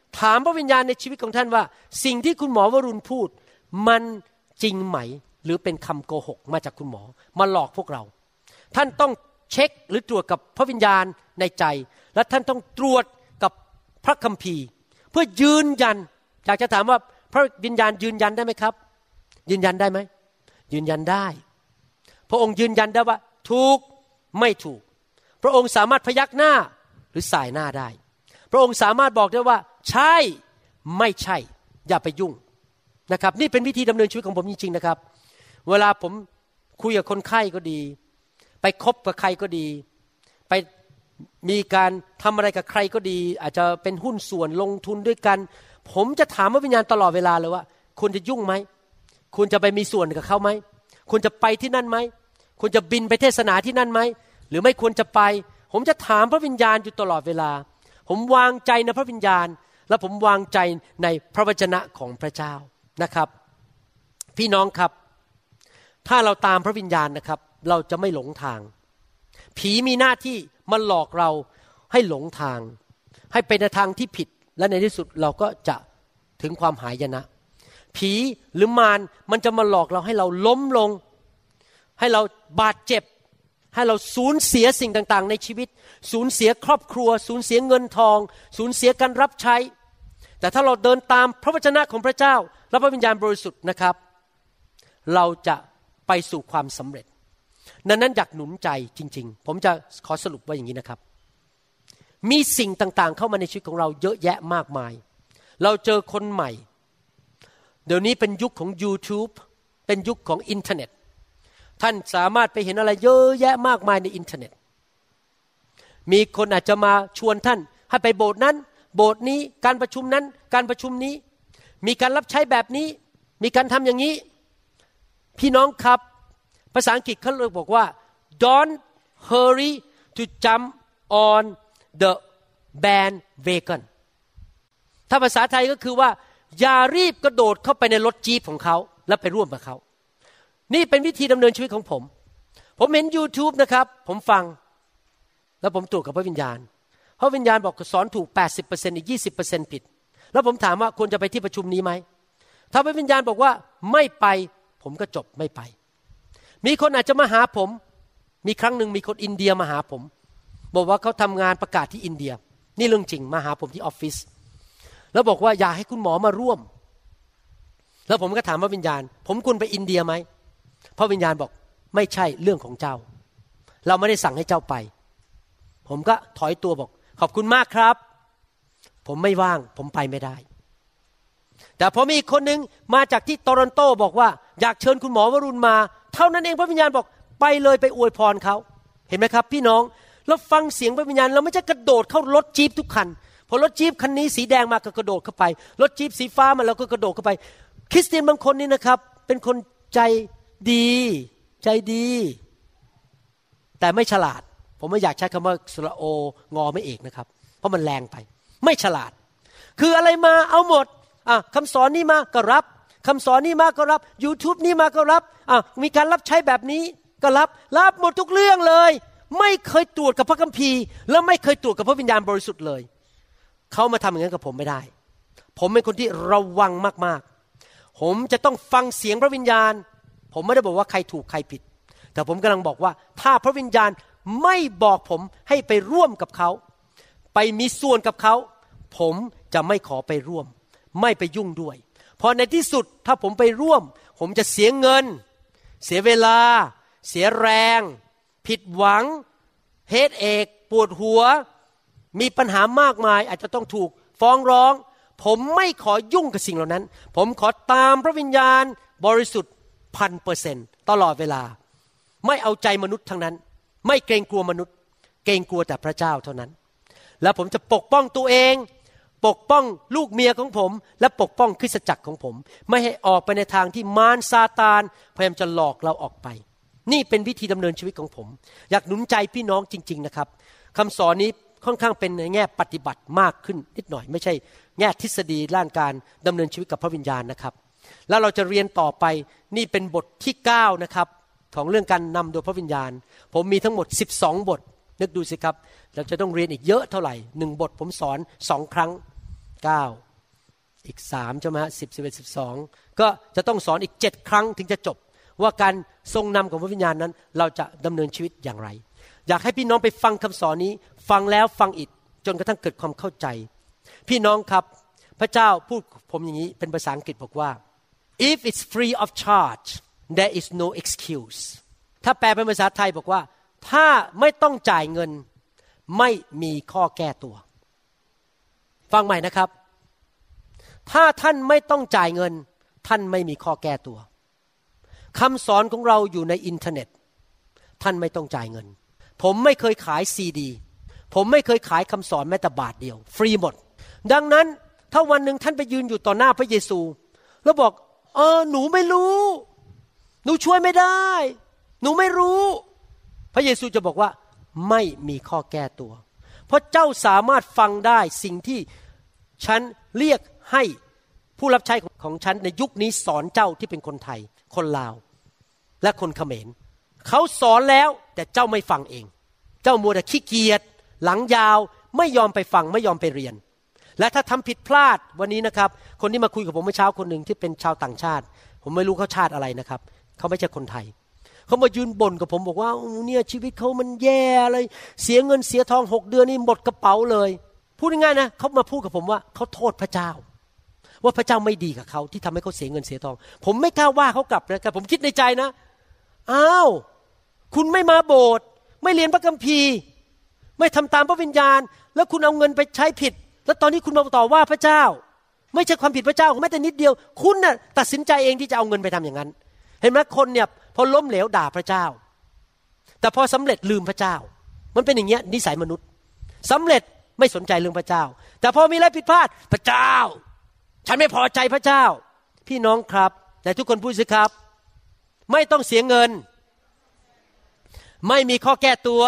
ถามพระวิญญาณในชีวิตของท่านว่าสิ่งที่คุณหมอวรุณพูดมันจริงไหมหรือเป็นคำโกหกมาจากคุณหมอมาหลอกพวกเราท่านต้องเช็คหรือตรวจกับพระวิญญาณในใจและท่านต้องตรวจกับพระคัมภีร์เพื่อยืนยันอยากจะถามว่าพระวิญญาณยืนยันได้ไหมครับยืนยันได้ไหมยืนยันได้พระองค์ยืนยันได้ว่าถูกไม่ถูกพระองค์สามารถพยักหน้าหรือสายหน้าได้พระองค์สามารถบอกได้ว่าใช่ไม่ใช่อย่าไปยุ่งนะครับนี่เป็นวิธีดำเนินชีวิตของผมจริงๆนะครับเวลาผมคุยกับคนไข้ก็ดีไปคบกับใครก็ดีไปมีการทำอะไรกับใครก็ดีอาจจะเป็นหุ้นส่วนลงทุนด้วยกันผมจะถามพระวิญญาณตลอดเวลาเลยว่าคุณจะยุ่งไหมคุณจะไปมีส่วนกับเขาไหมคุณจะไปที่นั่นไหมคุณจะบินไปเทศนาที่นั่นไหมหรือไม่ควรจะไปผมจะถามพระวิญญาณอยู่ตลอดเวลาผมวางใจในพระวิญญาณและผมวางใจในพระวจนะของพระเจ้านะครับพี่น้องครับถ้าเราตามพระวิญญาณนะครับเราจะไม่หลงทางผีมีหน้าที่มาหลอกเราให้หลงทางให้ไปในทางที่ผิดและในที่สุดเราก็จะถึงความหายนะผีหรือมารมันจะมาหลอกเราให้เราล้มลงให้เราบาดเจ็บให้เราสูญเสียสิ่งต่างๆในชีวิตสูญเสียครอบครัวสูญเสียเงินทองสูญเสียการรับใช้แต่ถ้าเราเดินตามพระวจนะของพระเจ้าและพระวิญญาณบริสุทธิ์นะครับเราจะไปสู่ความสำเร็จนั้นนั้นอยากหนุนใจจริงๆผมจะขอสรุปว่าอย่างนี้นะครับมีสิ่งต่างๆเข้ามาในชีวิตของเราเยอะแยะมากมายเราเจอคนใหม่เดี๋ยวนี้เป็นยุคของ YouTube เป็นยุคของอินเทอร์เน็ตท่านสามารถไปเห็นอะไรเยอะแยะมากมายในอินเทอร์เน็ตมีคนอาจจะมาชวนท่านให้ไปโบสถ์นั้นโบสถ์นี้การประชุมนั้นการประชุมนี้มีการรับใช้แบบนี้มีการทำอย่างนี้พี่น้องครับภาษาอังกฤษเขาเลยบอกว่า don't hurry to jump on the bandwagon ถ้าภาษาไทยก็คือว่าอย่ารีบกระโดดเข้าไปในรถจี๊ปของเขาแล้วไปร่วมกับเขานี่เป็นวิธีดำเนินชีวิตของผมผมเห็น YouTube นะครับผมฟังแล้วผมตรวจกับพระวิญญาณพระวิญญาณบอกสอนถูก แปดสิบเปอร์เซ็นต์ อีก ยี่สิบเปอร์เซ็นต์ ผิดแล้วผมถามว่าควรจะไปที่ประชุมนี้ไหมถ้าพระวิญญาณบอกว่าไม่ไปผมก็จบไม่ไปมีคนอาจจะมาหาผมมีครั้งหนึ่งมีคนอินเดียมาหาผมบอกว่าเขาทำงานประกาศที่อินเดียนี่เรื่องจริงมาหาผมที่ออฟฟิศแล้วบอกว่าอยากให้คุณหมอมาร่วมแล้วผมก็ถามพระวิญญาณผมควรไปอินเดียไหมพระวิญญาณบอกไม่ใช่เรื่องของเจ้าเราไม่ได้สั่งให้เจ้าไปผมก็ถอยตัวบอกขอบคุณมากครับผมไม่ว่างผมไปไม่ได้แต่พอมีอีกคนนึงมาจากที่โตรอนโตบอกว่าอยากเชิญคุณหมอวรุณมาเท่านั้นเองพระวิญญาณบอกไปเลยไปอวยพรเขาเห็นไหมครับพี่น้องเราฟังเสียงพระวิญญาณเราไม่ใช่กระโดดเข้ารถจี๊ปทุกคันพอรถจี๊ปคันนี้สีแดงมาก็กระโดดเข้าไปรถจี๊ปสีฟ้ามาเราก็กระโดดเข้าไปคริสเตียนบางคนนี่นะครับเป็นคนใจดีใจดีแต่ไม่ฉลาดผมไม่อยากใช้คำว่าสระโองอไม่เอกนะครับเพราะมันแรงไปไม่ฉลาดคืออะไรมาเอาหมดอ่ะคำสอนนี้มาก็รับคำสอนนี้มาก็รับ YouTube นี้มาก็รับอ่ะมีการรับใช้แบบนี้ก็รับรับหมดทุกเรื่องเลยไม่เคยตรวจกับพระคัมภีร์และไม่เคยตรวจกับพระวิญญาณบริสุทธิ์เลยเขามาทำอย่างนั้นกับผมไม่ได้ผมเป็นคนที่ระวังมากๆผมจะต้องฟังเสียงพระวิญญาณผมไม่ได้บอกว่าใครถูกใครผิดแต่ผมกำลังบอกว่าถ้าพระวิญญาณไม่บอกผมให้ไปร่วมกับเขาไปมีส่วนกับเขาผมจะไม่ขอไปร่วมไม่ไปยุ่งด้วยเพราะในที่สุดถ้าผมไปร่วมผมจะเสียเงินเสียเวลาเสียแรงผิดหวังเฮดเอกปวดหัวมีปัญหามากมายอาจจะต้องถูกฟ้องร้องผมไม่ขอยุ่งกับสิ่งเหล่านั้นผมขอตามพระวิญญาณบริสุทธิ์พันเปอร์เซ็นต์ตลอดเวลาไม่เอาใจมนุษย์ทั้งนั้นไม่เกรงกลัวมนุษย์เกรงกลัวแต่พระเจ้าเท่านั้นแล้วผมจะปกป้องตัวเองปกป้องลูกเมียของผมและปกป้องคริสตจักรของผมไม่ให้ออกไปในทางที่มารซาตานพยายามจะหลอกเราออกไปนี่เป็นวิธีดำเนินชีวิตของผมอยากหนุนใจพี่น้องจริงๆนะครับคำสอนนี้ค่อนข้างเป็นในแง่ปฏิบัติมากขึ้นนิดหน่อยไม่ใช่แง่ทฤษฎีด้านการดำเนินชีวิตกับพระวิญญาณนะครับแล้วเราจะเรียนต่อไปนี่เป็นบทที่เก้านะครับของเรื่องการนำโดยพระวิญญาณผมมีทั้งหมดสิบสองบทนึกดูสิครับเราจะต้องเรียนอีกเยอะเท่าไหร่หนึ่งบทผมสอนสองครั้งเก้าอีกสามใช่ไหมฮะสิบ สิบเอ็ด สิบสองก็จะต้องสอนอีกเจ็ดครั้งถึงจะจบว่าการทรงนำของพระวิญญาณนั้นเราจะดำเนินชีวิตอย่างไรอยากให้พี่น้องไปฟังคำสอนนี้ฟังแล้วฟังอีกจนกระทั่งเกิดความเข้าใจพี่น้องครับพระเจ้าพูดผมอย่างนี้เป็นภาษาอังกฤษบอกว่า if it's free of charge there is no excuse ถ้าแปลเป็นภาษาไทยบอกว่าถ้าไม่ต้องจ่ายเงินไม่มีข้อแก้ตัวฟังใหม่นะครับถ้าท่านไม่ต้องจ่ายเงินท่านไม่มีข้อแก้ตัวคำสอนของเราอยู่ในอินเทอร์เน็ตท่านไม่ต้องจ่ายเงินผมไม่เคยขายซีดีผมไม่เคยขายคำสอนแม้แต่บาทเดียวฟรีหมดดังนั้นถ้าวันหนึ่งท่านไปยืนอยู่ต่อหน้าพระเยซูแล้วบอกเออหนูไม่รู้หนูช่วยไม่ได้หนูไม่รู้พระเยซูจะบอกว่าไม่มีข้อแก้ตัวเพราะเจ้าสามารถฟังได้สิ่งที่ฉันเรียกให้ผู้รับใช้ของฉันในยุคนี้สอนเจ้าที่เป็นคนไทยคนลาวและคนเขมรเขาสอนแล้วแต่เจ้าไม่ฟังเองเจ้ามัวแต่ขี้เกียจหลังยาวไม่ยอมไปฟังไม่ยอมไปเรียนและถ้าทำผิดพลาดวันนี้นะครับคนที่มาคุยกับผมเมื่อเช้าคนหนึ่งที่เป็นชาวต่างชาติผมไม่รู้เขาชาติอะไรนะครับเขาไม่ใช่คนไทยเขามายืนบ่นกับผมบอกว่าเนี่ยชีวิตเขามันแย่เลยเสียเงินเสียทองหกเดือนนี่หมดกระเป๋าเลยพูดง่ายๆนะเขามาพูดกับผมว่าเขาโทษพระเจ้าว่าพระเจ้าไม่ดีกับเขาที่ทำให้เขาเสียเงินเสียทองผมไม่กล้าว่าเขากลับนะครับผมคิดในใจนะอ้าวคุณไม่มาโบสถ์ไม่เรียนพระคัมภีร์ไม่ทำตามพระวิญญาณแล้วคุณเอาเงินไปใช้ผิดแล้วตอนนี้คุณมาต่อว่าพระเจ้าไม่ใช่ความผิดพระเจ้าแม้แต่นิดเดียวคุณน่ะตัดสินใจเองที่จะเอาเงินไปทำอย่างนั้นเห็นไหมคนเนี่ยพอล้มเหลวด่าพระเจ้าแต่พอสำเร็จลืมพระเจ้ามันเป็นอย่างเงี้ยนิสัยมนุษย์สำเร็จไม่สนใจเรื่องพระเจ้าแต่พอมีอะไรผิดพลาดพระเจ้าฉันไม่พอใจพระเจ้าพี่น้องครับแต่ทุกคนพูดสิครับไม่ต้องเสียเงินไม่มีข้อแก้ตัว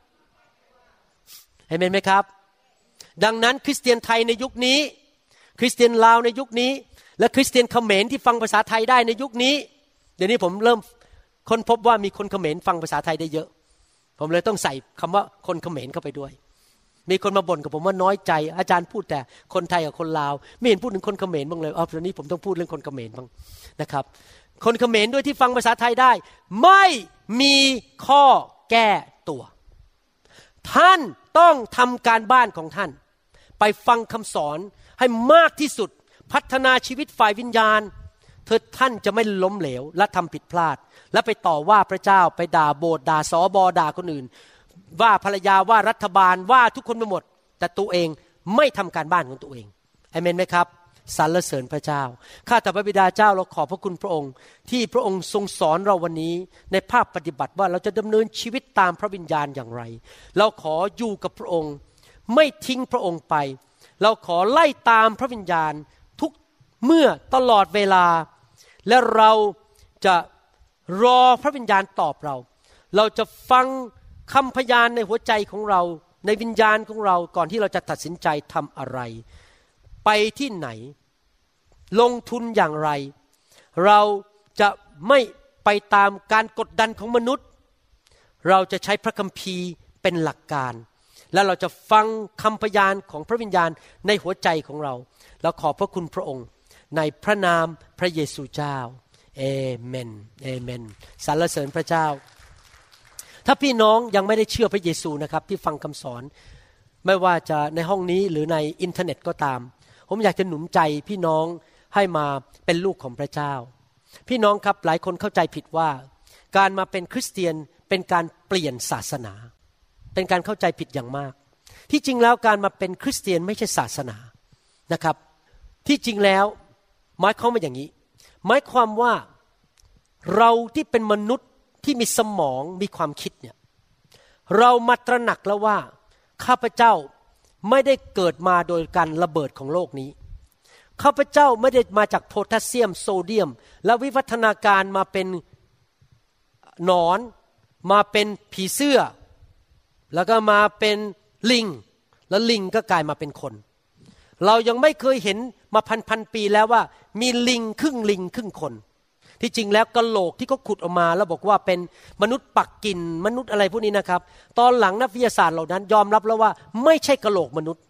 เห็นไหมครับดังนั้นคริสเตียนไทยในยุคนี้คริสเตียนลาวในยุคนี้และคริสเตียนเขมรที่ฟังภาษาไทยได้ในยุคนี้เดี๋ยวนี้ผมเริ่มค้นพบว่ามีคนเขมรฟังภาษาไทยได้เยอะผมเลยต้องใส่คำว่าคนเขมรเข้าไปด้วยมีคนมาบ่นกับผมว่าน้อยใจอาจารย์พูดแต่คนไทยกับคนลาวไม่เห็นพูดถึงคนเขมรบ้างเลยอ๋อตอนนี้ผมต้องพูดเรื่องคนเขมรบ้างนะครับคนเขมรด้วยที่ฟังภาษาไทยได้ไม่มีข้อแก้ตัวท่านต้องทำการบ้านของท่านไปฟังคำสอนให้มากที่สุดพัฒนาชีวิตฝ่ายวิญญาณเธอท่านจะไม่ล้มเหลวและทำผิดพลาดและไปต่อว่าพระเจ้าไปด่าโบสถ์ด่าสบด่าคนอื่นว่าภรรยาว่ารัฐบาลว่าทุกคนไปหมดแต่ตัวเองไม่ทำการบ้านของตัวเองอาเมนไหมครับสรรเสริญพระเจ้าข้าแต่พระบิดาเจ้าเราขอบพระคุณพระองค์ที่พระองค์ทรงสอนเราวันนี้ในภาคปฏิบัติว่าเราจะดำเนินชีวิตตามพระวิญญาณอย่างไรเราขออยู่กับพระองค์ไม่ทิ้งพระองค์ไปเราขอไล่ตามพระวิญญาณทุกเมื่อตลอดเวลาและเราจะรอพระวิญญาณตอบเราเราจะฟังคำพยานในหัวใจของเราในวิญญาณของเราก่อนที่เราจะตัดสินใจทำอะไรไปที่ไหนลงทุนอย่างไรเราจะไม่ไปตามการกดดันของมนุษย์เราจะใช้พระคัมภีร์เป็นหลักการและเราจะฟังคำพยานของพระวิญญาณในหัวใจของเราเราขอบพระคุณพระองค์ในพระนามพระเยซูเจ้าเอเมนเอเมนสรรเสริญพระเจ้าถ้าพี่น้องยังไม่ได้เชื่อพระเยซูนะครับที่ฟังคำสอนไม่ว่าจะในห้องนี้หรือในอินเทอร์เน็ตก็ตามผมอยากจะหนุนใจพี่น้องให้มาเป็นลูกของพระเจ้าพี่น้องครับหลายคนเข้าใจผิดว่าการมาเป็นคริสเตียนเป็นการเปลี่ยนศาสนาเป็นการเข้าใจผิดอย่างมากที่จริงแล้วการมาเป็นคริสเตียนไม่ใช่ศาสนานะครับที่จริงแล้วหมายความว่าอย่างนี้หมายความว่าเราที่เป็นมนุษย์ที่มีสมองมีความคิดเนี่ยเรามาตระหนักแล้วว่าข้าพเจ้าไม่ได้เกิดมาโดยการระเบิดของโลกนี้ข้าพเจ้าไม่ได้มาจากโพแทสเซียมโซเดียมและวิวัฒนาการมาเป็นหนอนมาเป็นผีเสื้อแล้วก็มาเป็นลิงแล้วลิงก็กลายมาเป็นคนเรายังไม่เคยเห็นมาพันพันปีแล้วว่ามีลิงครึ่งลิงครึ่งคนที่จริงแล้วกะโหลกที่เขาขุดออกมาแล้วบอกว่าเป็นมนุษย์ปักกิ่นมนุษย์อะไรพวกนี้นะครับตอนหลังนักวิทยาศาสตร์เหล่านั้นยอมรับแล้วว่าไม่ใช่กะโหลกมนุษย์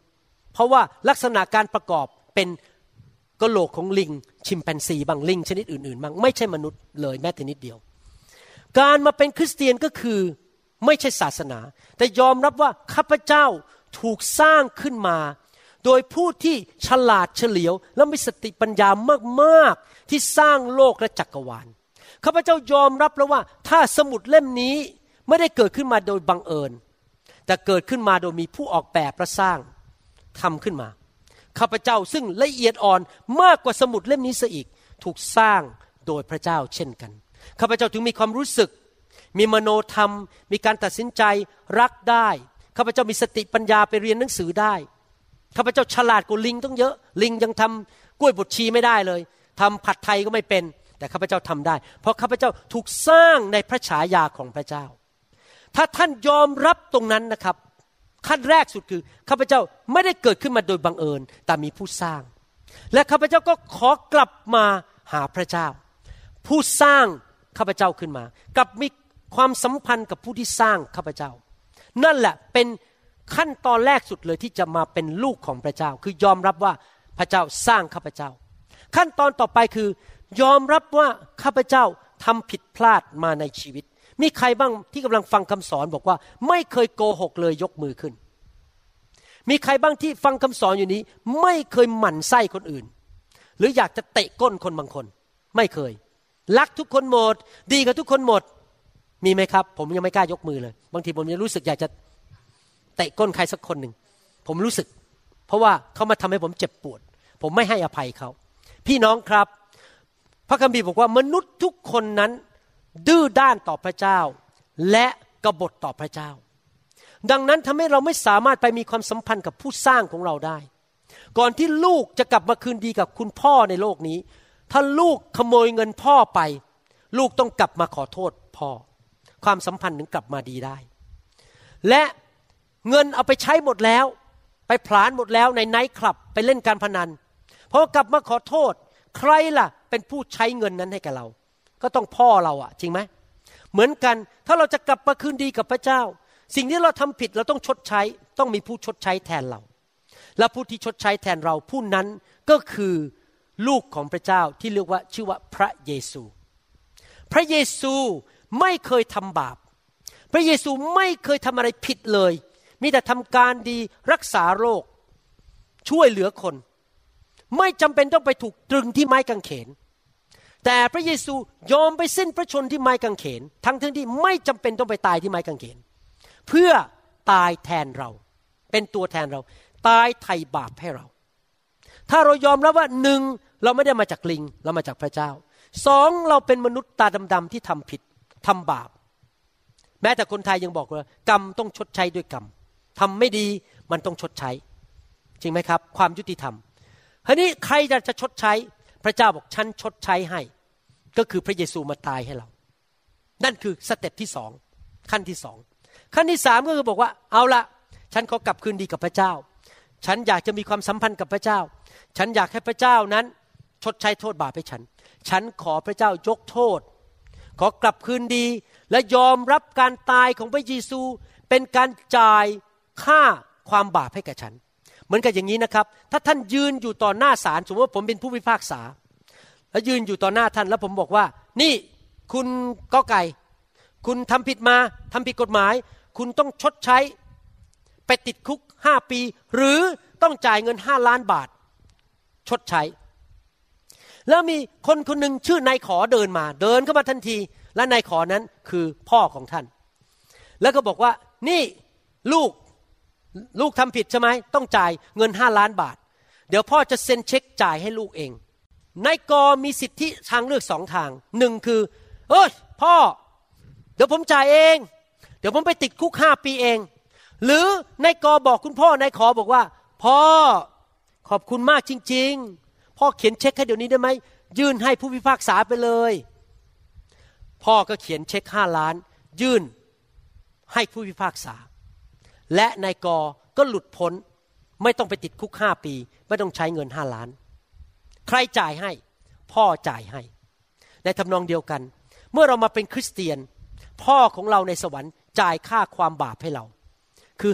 เพราะว่าลักษณะการประกอบเป็นกะโหลกของลิงชิมแปนซีบางลิงชนิดอื่นๆบางไม่ใช่มนุษย์เลยแม้แต่นิดเดียวการมาเป็นคริสเตียนก็คือไม่ใช่ศาสนาแต่ยอมรับว่าข้าพเจ้าถูกสร้างขึ้นมาโดยผู้ที่ฉลาดเฉลียวและมีสติปัญญามากๆที่สร้างโลกและจักรวาลข้าพเจ้ายอมรับแล้วว่าถ้าสมุดเล่มนี้ไม่ได้เกิดขึ้นมาโดยบังเอิญแต่เกิดขึ้นมาโดยมีผู้ออกแบบและสร้างทำขึ้นมาข้าพเจ้าซึ่งละเอียดอ่อนมากกว่าสมุดเล่มนี้ซะอีกถูกสร้างโดยพระเจ้าเช่นกันข้าพเจ้าถึงมีความรู้สึกมีมโนธรรมมีการตัดสินใจรักได้ข้าพเจ้ามีสติปัญญาไปเรียนหนังสือได้ข้าพเจ้าฉลาดกว่าลิงต้องเยอะลิงยังทำกล้วยบดชีไม่ได้เลยทำผัดไทยก็ไม่เป็นแต่ข้าพเจ้าทำได้เพราะข้าพเจ้าถูกสร้างในพระฉายาของพระเจ้าถ้าท่านยอมรับตรงนั้นนะครับขั้นแรกสุดคือข้าพเจ้าไม่ได้เกิดขึ้นมาโดยบังเอิญแต่มีผู้สร้างและข้าพเจ้าก็ขอกลับมาหาพระเจ้าผู้สร้างข้าพเจ้าขึ้นมากลับมีความสัมพันธ์กับผู้ที่สร้างข้าพเจ้านั่นแหละเป็นขั้นตอนแรกสุดเลยที่จะมาเป็นลูกของพระเจ้าคือยอมรับว่าพระเจ้าสร้างข้าพเจ้าขั้นตอนต่อไปคือยอมรับว่าข้าพเจ้าทำผิดพลาดมาในชีวิตมีใครบ้างที่กำลังฟังคำสอนบอกว่าไม่เคยโกหกเลยยกมือขึ้นมีใครบ้างที่ฟังคำสอนอยู่นี้ไม่เคยหมั่นไส้คนอื่นหรืออยากจะเตะก้นคนบางคนไม่เคยรักทุกคนหมดดีกับทุกคนหมดมีไหมครับผมยังไม่กล้ายกมือเลยบางทีผมยังรู้สึกอยากจะเตะก้นใครสักคนหนึ่งผมรู้สึกเพราะว่าเขามาทำให้ผมเจ็บปวดผมไม่ให้อภัยเขาพี่น้องครับพระคัมภีร์บอกว่ามนุษย์ทุกคนนั้นดื้อด้านต่อพระเจ้าและกบฏต่อพระเจ้าดังนั้นทำให้เราไม่สามารถไปมีความสัมพันธ์กับผู้สร้างของเราได้ก่อนที่ลูกจะกลับมาคืนดีกับคุณพ่อในโลกนี้ถ้าลูกขโมยเงินพ่อไปลูกต้องกลับมาขอโทษพ่อความสัมพันธ์ถึงกลับมาดีได้และเงินเอาไปใช้หมดแล้วไปผลาญหมดแล้วในไนท์คลับไปเล่นการพนันพอกลับมาขอโทษใครล่ะเป็นผู้ใช้เงินนั้นให้กับเราก็ต้องพ่อเราอะจริงไหมเหมือนกันถ้าเราจะกลับมาคืนดีกับพระเจ้าสิ่งที่เราทำผิดเราต้องชดใช้ต้องมีผู้ชดใช้แทนเราและผู้ที่ชดใช้แทนเราผู้นั้นก็คือลูกของพระเจ้าที่เรียกว่าชื่อว่าพระเยซูพระเยซูไม่เคยทำบาปพระเยซูไม่เคยทำอะไรผิดเลยมีแต่ทำการดีรักษาโรคช่วยเหลือคนไม่จำเป็นต้องไปถูกตรึงที่ไม้กางเขนแต่พระเยซูยอมไปสิ้นพระชนม์ที่ไม้กางเขนทั้งทั้งที่ไม่จำเป็นต้องไปตายที่ไม้กางเขนเพื่อตายแทนเราเป็นตัวแทนเราตายไถ่บาปให้เราถ้าเรายอมรับว่าหนึ่งเราไม่ได้มาจากลิงเรามาจากพระเจ้าสองเราเป็นมนุษย์ตาดำๆที่ทำผิดทำบาปแม้แต่คนไทยยังบอกว่ากรรมต้องชดใช้ด้วยกรรมทำไม่ดีมันต้องชดใช้จริงไหมครับความยุติธรรมทีนี้ใครจะจะชดใช้พระเจ้าบอกฉันชดใช้ให้ก็คือพระเยซูมาตายให้เรานั่นคือสเต็ปที่สองขั้นที่สองขั้นที่สามก็คือบอกว่าเอาละฉันขอกลับคืนดีกับพระเจ้าฉันอยากจะมีความสัมพันธ์กับพระเจ้าฉันอยากให้พระเจ้านั้นชดใช้โทษบาปให้ฉันฉันขอพระเจ้ายกโทษขอกลับคืนดีและยอมรับการตายของพระเยซูเป็นการจ่ายค่าความบาปให้กับฉันเหมือนกับอย่างนี้นะครับถ้าท่านยืนอยู่ต่อหน้าศาลสมมติว่าผมเป็นผู้พิพากษาแล้วยืนอยู่ต่อหน้าท่านแล้วผมบอกว่านี่คุณกอไก่คุณทำผิดมาทำผิดกฎหมายคุณต้องชดใช้ไปติดคุกห้าปีหรือต้องจ่ายเงินห้าล้านบาทชดใช้แล้วมีคนคนหนึ่งชื่อนายขอเดินมาเดินเข้ามาทันทีและนายขอนั้นคือพ่อของท่านแล้วก็บอกว่านี่ลูกลูกทำผิดใช่ไหมต้องจ่ายเงินห้าล้านบาทเดี๋ยวพ่อจะเซ็นเช็คจ่ายให้ลูกเองนายกมีสิทธิทางเลือกสองทางหนึ่งคือเอ้ยพ่อเดี๋ยวผมจ่ายเองเดี๋ยวผมไปติดคุกห้าปีเองหรือนายกบอกคุณพ่อนายขอบอกว่าพ่อขอบคุณมากจริงๆพ่อเขียนเช็คให้เดี๋ยวนี้ได้ไหมยื่นให้ผู้พิพากษาไปเลยพ่อก็เขียนเช็คห้าล้านยื่นให้ผู้พิพากษาและนายกก็หลุดพ้นไม่ต้องไปติดคุกห้าปีไม่ต้องใช้เงินห้าล้านใครจ่ายให้พ่อจ่ายให้ในทำนองเดียวกันเมื่อเรามาเป็นคริสเตียนพ่อของเราในสวรรค์จ่ายค่าความบาปให้เราคือให้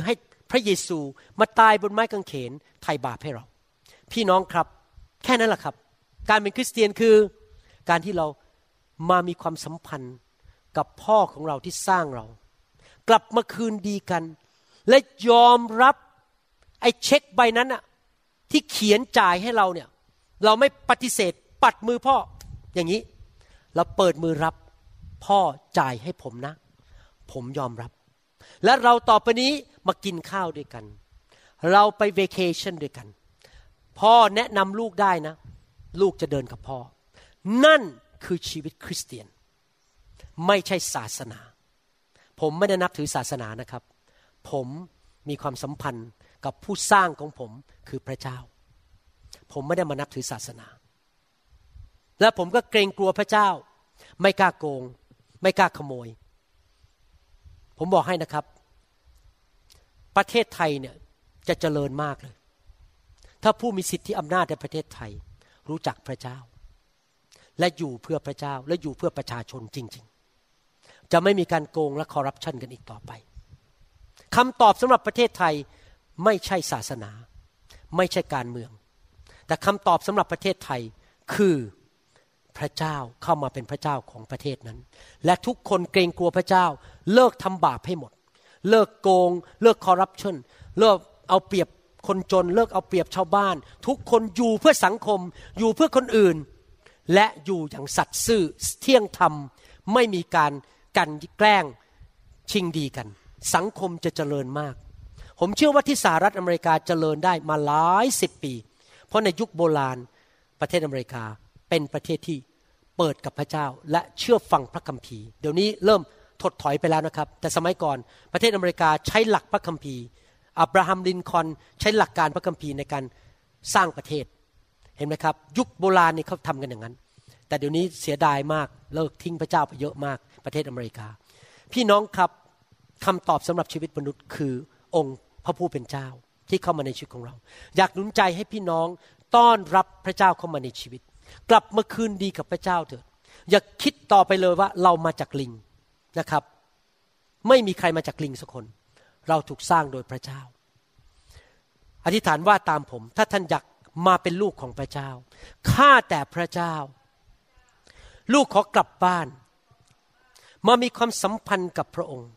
พระเยซูมาตายบนไม้กางเขนไถ่บาปให้เราพี่น้องครับแค่นั้นแหละครับการเป็นคริสเตียนคือการที่เรามามีความสัมพันธ์กับพ่อของเราที่สร้างเรากลับมาคืนดีกันและยอมรับไอ้เช็คใบนั้นอะที่เขียนจ่ายให้เราเนี่ยเราไม่ปฏิเสธปัดมือพ่ออย่างนี้เราเปิดมือรับพ่อจ่ายให้ผมนะผมยอมรับและเราต่อไปนี้มากินข้าวด้วยกันเราไปเวเคชั่นด้วยกันพ่อแนะนำลูกได้นะลูกจะเดินกับพ่อนั่นคือชีวิตคริสเตียนไม่ใช่ศาสนาผมไม่ได้นับถือศาสนานะครับผมมีความสัมพันธ์กับผู้สร้างของผมคือพระเจ้าผมไม่ได้มานับถือศาสนาและผมก็เกรงกลัวพระเจ้าไม่กล้าโกงไม่กล้าขโมยผมบอกให้นะครับประเทศไทยเนี่ยจะเจริญมากเลยถ้าผู้มีสิทธิอำนาจในประเทศไทยรู้จักพระเจ้าและอยู่เพื่อพระเจ้าและอยู่เพื่อประชาชนจริงๆจะไม่มีการโกงและคอร์รัปชันกันอีกต่อไปคำตอบสำหรับประเทศไทยไม่ใช่ศาสนาไม่ใช่การเมืองแต่คำตอบสำหรับประเทศไทยคือพระเจ้าเข้ามาเป็นพระเจ้าของประเทศนั้นและทุกคนเกรงกลัวพระเจ้าเลิกทำบาปให้หมดเลิกโกงเลิกคอร์รัปชันเลิกเอาเปรียบคนจนเลิกเอาเปรียบชาวบ้านทุกคนอยู่เพื่อสังคมอยู่เพื่อคนอื่นและอยู่อย่างสัตย์ซื่อเที่ยงธรรมไม่มีการกันแกล้งชิงดีกันสังคมจะเจริญมากผมเชื่อว่าที่สหรัฐอเมริกาเจริญได้มาหลายสิบปีเพราะในยุคโบราณประเทศอเมริกาเป็นประเทศที่เปิดกับพระเจ้าและเชื่อฟังพระคัมภีร์เดี๋ยวนี้เริ่มถดถอยไปแล้วนะครับแต่สมัยก่อนประเทศอเมริกาใช้หลักพระคัมภีร์อับราฮัมลินคอล์นใช้หลักการพระคัมภีร์ในการสร้างประเทศเห็นไหมครับยุคโบราณนี่เขาทำกันอย่างนั้นแต่เดี๋ยวนี้เสียดายมากเลิกทิ้งพระเจ้าไปเยอะมากประเทศอเมริกาพี่น้องครับคำตอบสำหรับชีวิตมนุษย์คือองค์พระผู้เป็นเจ้าที่เข้ามาในชีวิตของเราอยากหนุนใจให้พี่น้องต้อนรับพระเจ้าเข้ามาในชีวิตกลับมาคืนดีกับพระเจ้าเถิดอย่าคิดต่อไปเลยว่าเรามาจากลิงนะครับไม่มีใครมาจากลิงสักคนเราถูกสร้างโดยพระเจ้าอธิษฐานว่าตามผมถ้าท่านอยากมาเป็นลูกของพระเจ้าข้าแต่พระเจ้าลูกขอกลับบ้านมามีความสัมพันธ์กับพระองค์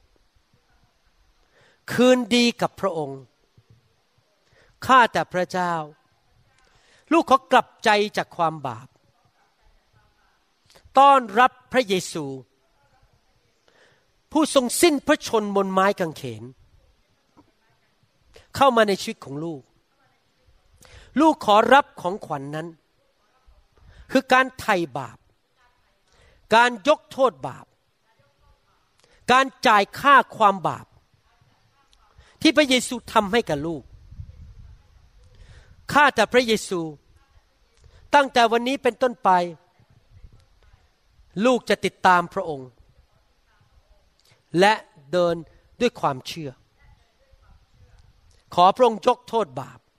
คืนดีกับพระองค์ข้าแต่พระเจ้าลูกขอกลับใจจากความบาปต้อนรับพระเยซูผู้ทรงสิ้นพระชนม์บนไม้กางเขนเข้ามาในชีวิตของลูกลูกขอรับของขวัญ น, นั้นคือการไถ่บาปการยกโทษบาปการจ่ายค่าความบาปที่พระเยซูทำให้กับลูกข้าแต่พระเยซูตั้งแต่วันนี้เป็นต้นไปลูกจะติดตามพระองค์และเดินด้วยความเชื่อขอพระองค์ยกโทษบาป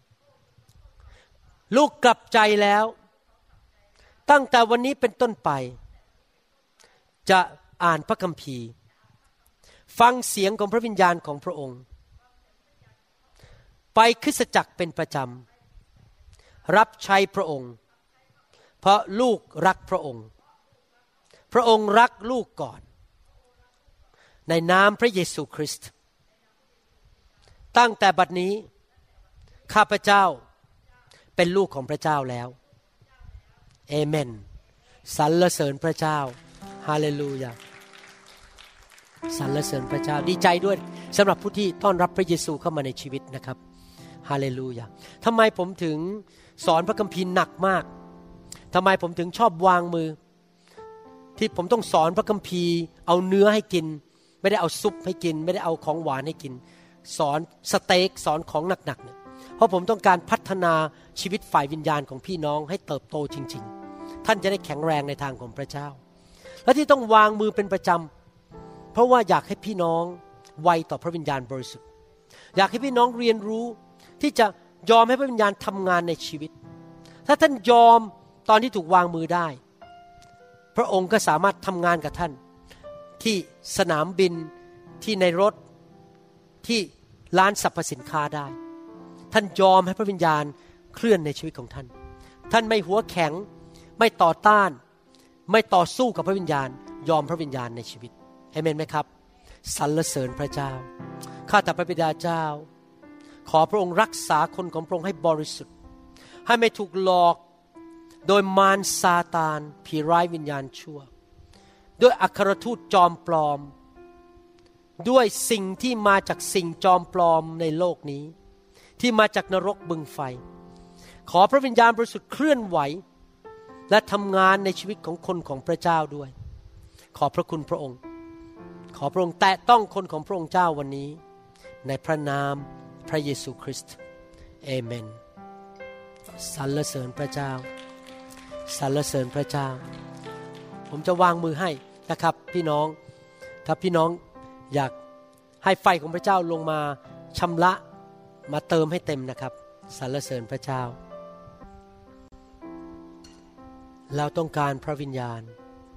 ลูกกลับใจแล้วตั้งแต่วันนี้เป็นต้นไปจะอ่านพระคัมภีร์ฟังเสียงของพระวิญญาณของพระองค์ไปคริสตจักรเป็นประจำรับใช้พระองค์เพราะลูกรักพระองค์พระองค์รักลูกก่อนในนามพระเยซูคริสต์ตั้งแต่บัดนี้ข้าพเจ้าเป็นลูกของพระเจ้าแล้วเอเมนสรรเสริญพระเจ้าฮาเลลูยาสรรเสริญพระเจ้าดีใจด้วยสำหรับผู้ที่ต้อนรับพระเยซูเข้ามาในชีวิตนะครับฮาเลลูยาทำไมผมถึงสอนพระคัมภีร์หนักมากทำไมผมถึงชอบวางมือที่ผมต้องสอนพระคัมภีร์เอาเนื้อให้กินไม่ได้เอาซุปให้กินไม่ได้เอาของหวานให้กินสอนสเต็กสอนของหนักๆเนี่ยเพราะผมต้องการพัฒนาชีวิตฝ่ายวิญญาณของพี่น้องให้เติบโตจริงๆท่านจะได้แข็งแรงในทางของพระเจ้าและที่ต้องวางมือเป็นประจำเพราะว่าอยากให้พี่น้องไวต่อพระวิญญาณบริสุทธิ์อยากให้พี่น้องเรียนรู้ที่จะยอมให้พระวิญญาณทำงานในชีวิตถ้าท่านยอมตอนที่ถูกวางมือได้พระองค์ก็สามารถทำงานกับท่านที่สนามบินที่ในรถที่ร้านสรรพสินค้าได้ท่านยอมให้พระวิญญาณเคลื่อนในชีวิตของท่านท่านไม่หัวแข็งไม่ต่อต้านไม่ต่อสู้กับพระวิญญาณยอมพระวิญญาณในชีวิตอาเมนไหมครับสรรเสริญพระเจ้าข้าแต่พระบิดาเจ้าขอพระองค์รักษาคนของพระองค์ให้บริสุทธิ์ให้ไม่ถูกหลอกโดยมารซาตานผีร้ายวิญญาณชั่วด้วยอัครทูตจอมปลอมด้วยสิ่งที่มาจากสิ่งจอมปลอมในโลกนี้ที่มาจากนรกบึงไฟขอพระวิญญาณบริสุทธิ์เคลื่อนไหวและทำงานในชีวิตของคนของพระเจ้าด้วยขอพระคุณพระองค์ขอพระองค์แตะต้องคนของพระองค์เจ้าวันนี้ในพระนามพระเยซูคริสต์เอเมนสรรเสริญพระเจ้าสรรเสริญพระเจ้าผมจะวางมือให้นะครับพี่น้องถ้าพี่น้องอยากให้ไฟของพระเจ้าลงมาชำระมาเติมให้เต็มนะครับสรรเสริญพระเจ้าเราต้องการพระวิญญาณ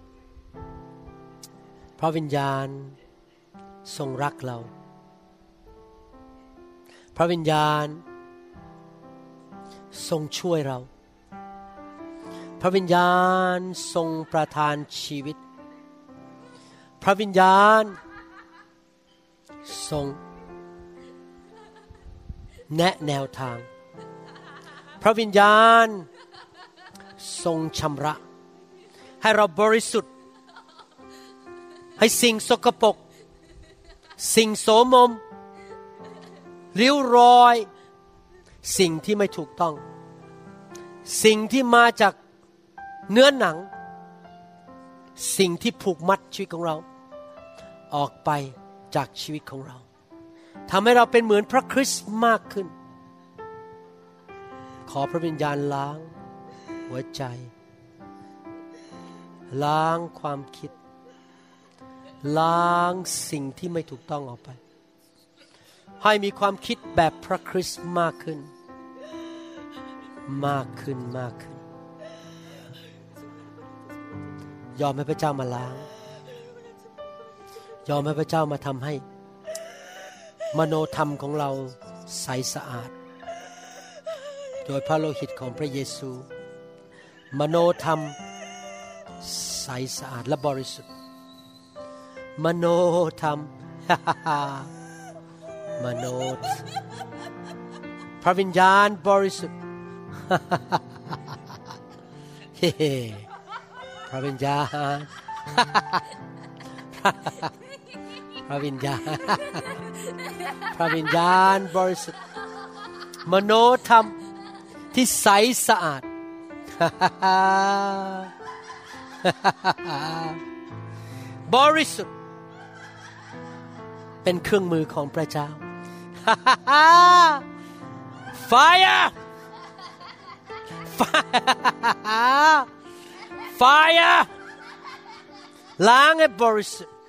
พระวิญญาณทรงรักเราพระวิญญาณทรงช่วยเราพระวิญญาณทรงประทานชีวิตพระวิญญาณทรงแนะแนวทางพระวิญญาณทรงชำระให้เราบริสุทธิ์ให้สิ่งสกปรกสิ่งโสมมริ้วรอยสิ่งที่ไม่ถูกต้องสิ่งที่มาจากเนื้อหนังสิ่งที่ผูกมัดชีวิตของเราออกไปจากชีวิตของเราทำให้เราเป็นเหมือนพระคริสต์มากขึ้นขอพระวิญญาณล้างหัวใจล้างความคิดล้างสิ่งที่ไม่ถูกต้องออกไปให้มีความคิดแบบพระคริสต์มากขึ้นมากขึ้นมากขึ้นยอมให้พระเจ้ามาล้างยอมให้พระเจ้ามาทำให้มโนธรรมของเราใสสะอาดโดยพระโลหิตของพระเยซูมโนธรรมใสสะอาดและบริสุทธิ์มโนธรรม มโนพระวิญญาณบริสุทธิ์ พระวิญญาณ พระวิญญาณ พระวิญญาณบริสุทธิ์มโนธรรมที่ใสสะอาด บริสุทธิ์เป็นเครื่องมือของพระเจ้า Fire Fire ล้างให้บริสุทธิ์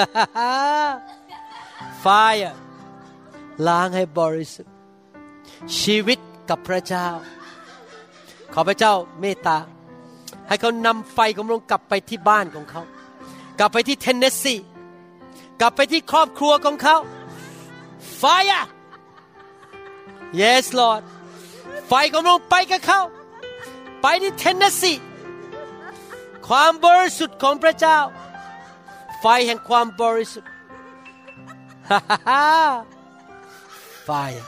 Fire ล้างให้บริสุทธิ์ชีวิตกับพระเจ้าขอพระเจ้าเมตตาให้เขานำไฟของพระองค์กลับไปที่บ้านของเขากลับไปที่เทนเนสซีกลับไปที่ครอบครัวของเขา Fire Yes Lord ไฟของพระองค์ไปกับเขาไปที่เทนเนสซีความบริสุทธิ์ของพระเจ้าไฟแห่งความบริสุทธิ์ Fire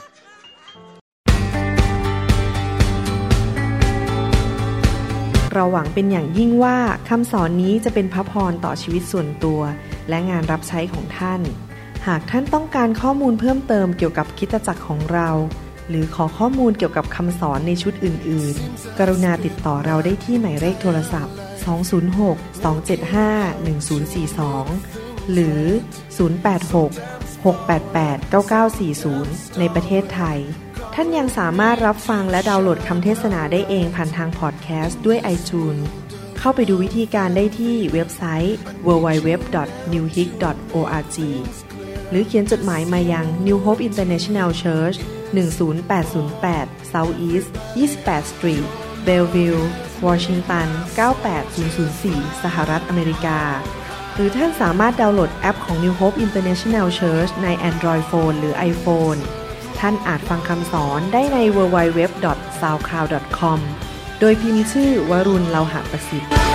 เราหวังเป็นอย่างยิ่งว่าคำสอนนี้จะเป็นพระพรต่อชีวิตส่วนตัวและงานรับใช้ของท่านหากท่านต้องการข้อมูลเพิ่มเติมเกี่ยวกับคริสตจักรของเราหรือขอข้อมูลเกี่ยวกับคำสอนในชุดอื่นๆกรุณาติดต่อเราได้ที่หมายเลขโทรศัพท์สอง ศูนย์ หก สอง เจ็ด ห้า หนึ่ง ศูนย์ สี่ สองหรือศูนย์ แปด หก หก แปด แปด เก้า เก้า สี่ ศูนย์ในประเทศไทยท่านยังสามารถรับฟังและดาวน์โหลดคำเทศนาได้เองผ่านทางพอดแคสต์ด้วย iTunes เข้าไปดูวิธีการได้ที่เว็บไซต์ ดับเบิลยู ดับเบิลยู ดับเบิลยู ดอท นิว โฮป ดอท โอ อาร์ จี หรือเขียนจดหมายมายัง New Hope International Church หนึ่ง ศูนย์ แปด ศูนย์ แปด South East ยี่สิบแปด Street Bellevue Washington เก้า แปด ศูนย์ ศูนย์ สี่ สหรัฐอเมริกาหรือท่านสามารถดาวน์โหลดแอปของ New Hope International Church ใน Android Phone หรือ iPhone ท่านอาจฟังคำสอนได้ใน ดับเบิลยู ดับเบิลยู ดับเบิลยู ดอท ซาวด์คลาวด์ ดอท คอม โดยพิมพ์ชื่อวรุณ เลาหะประสิทธิ์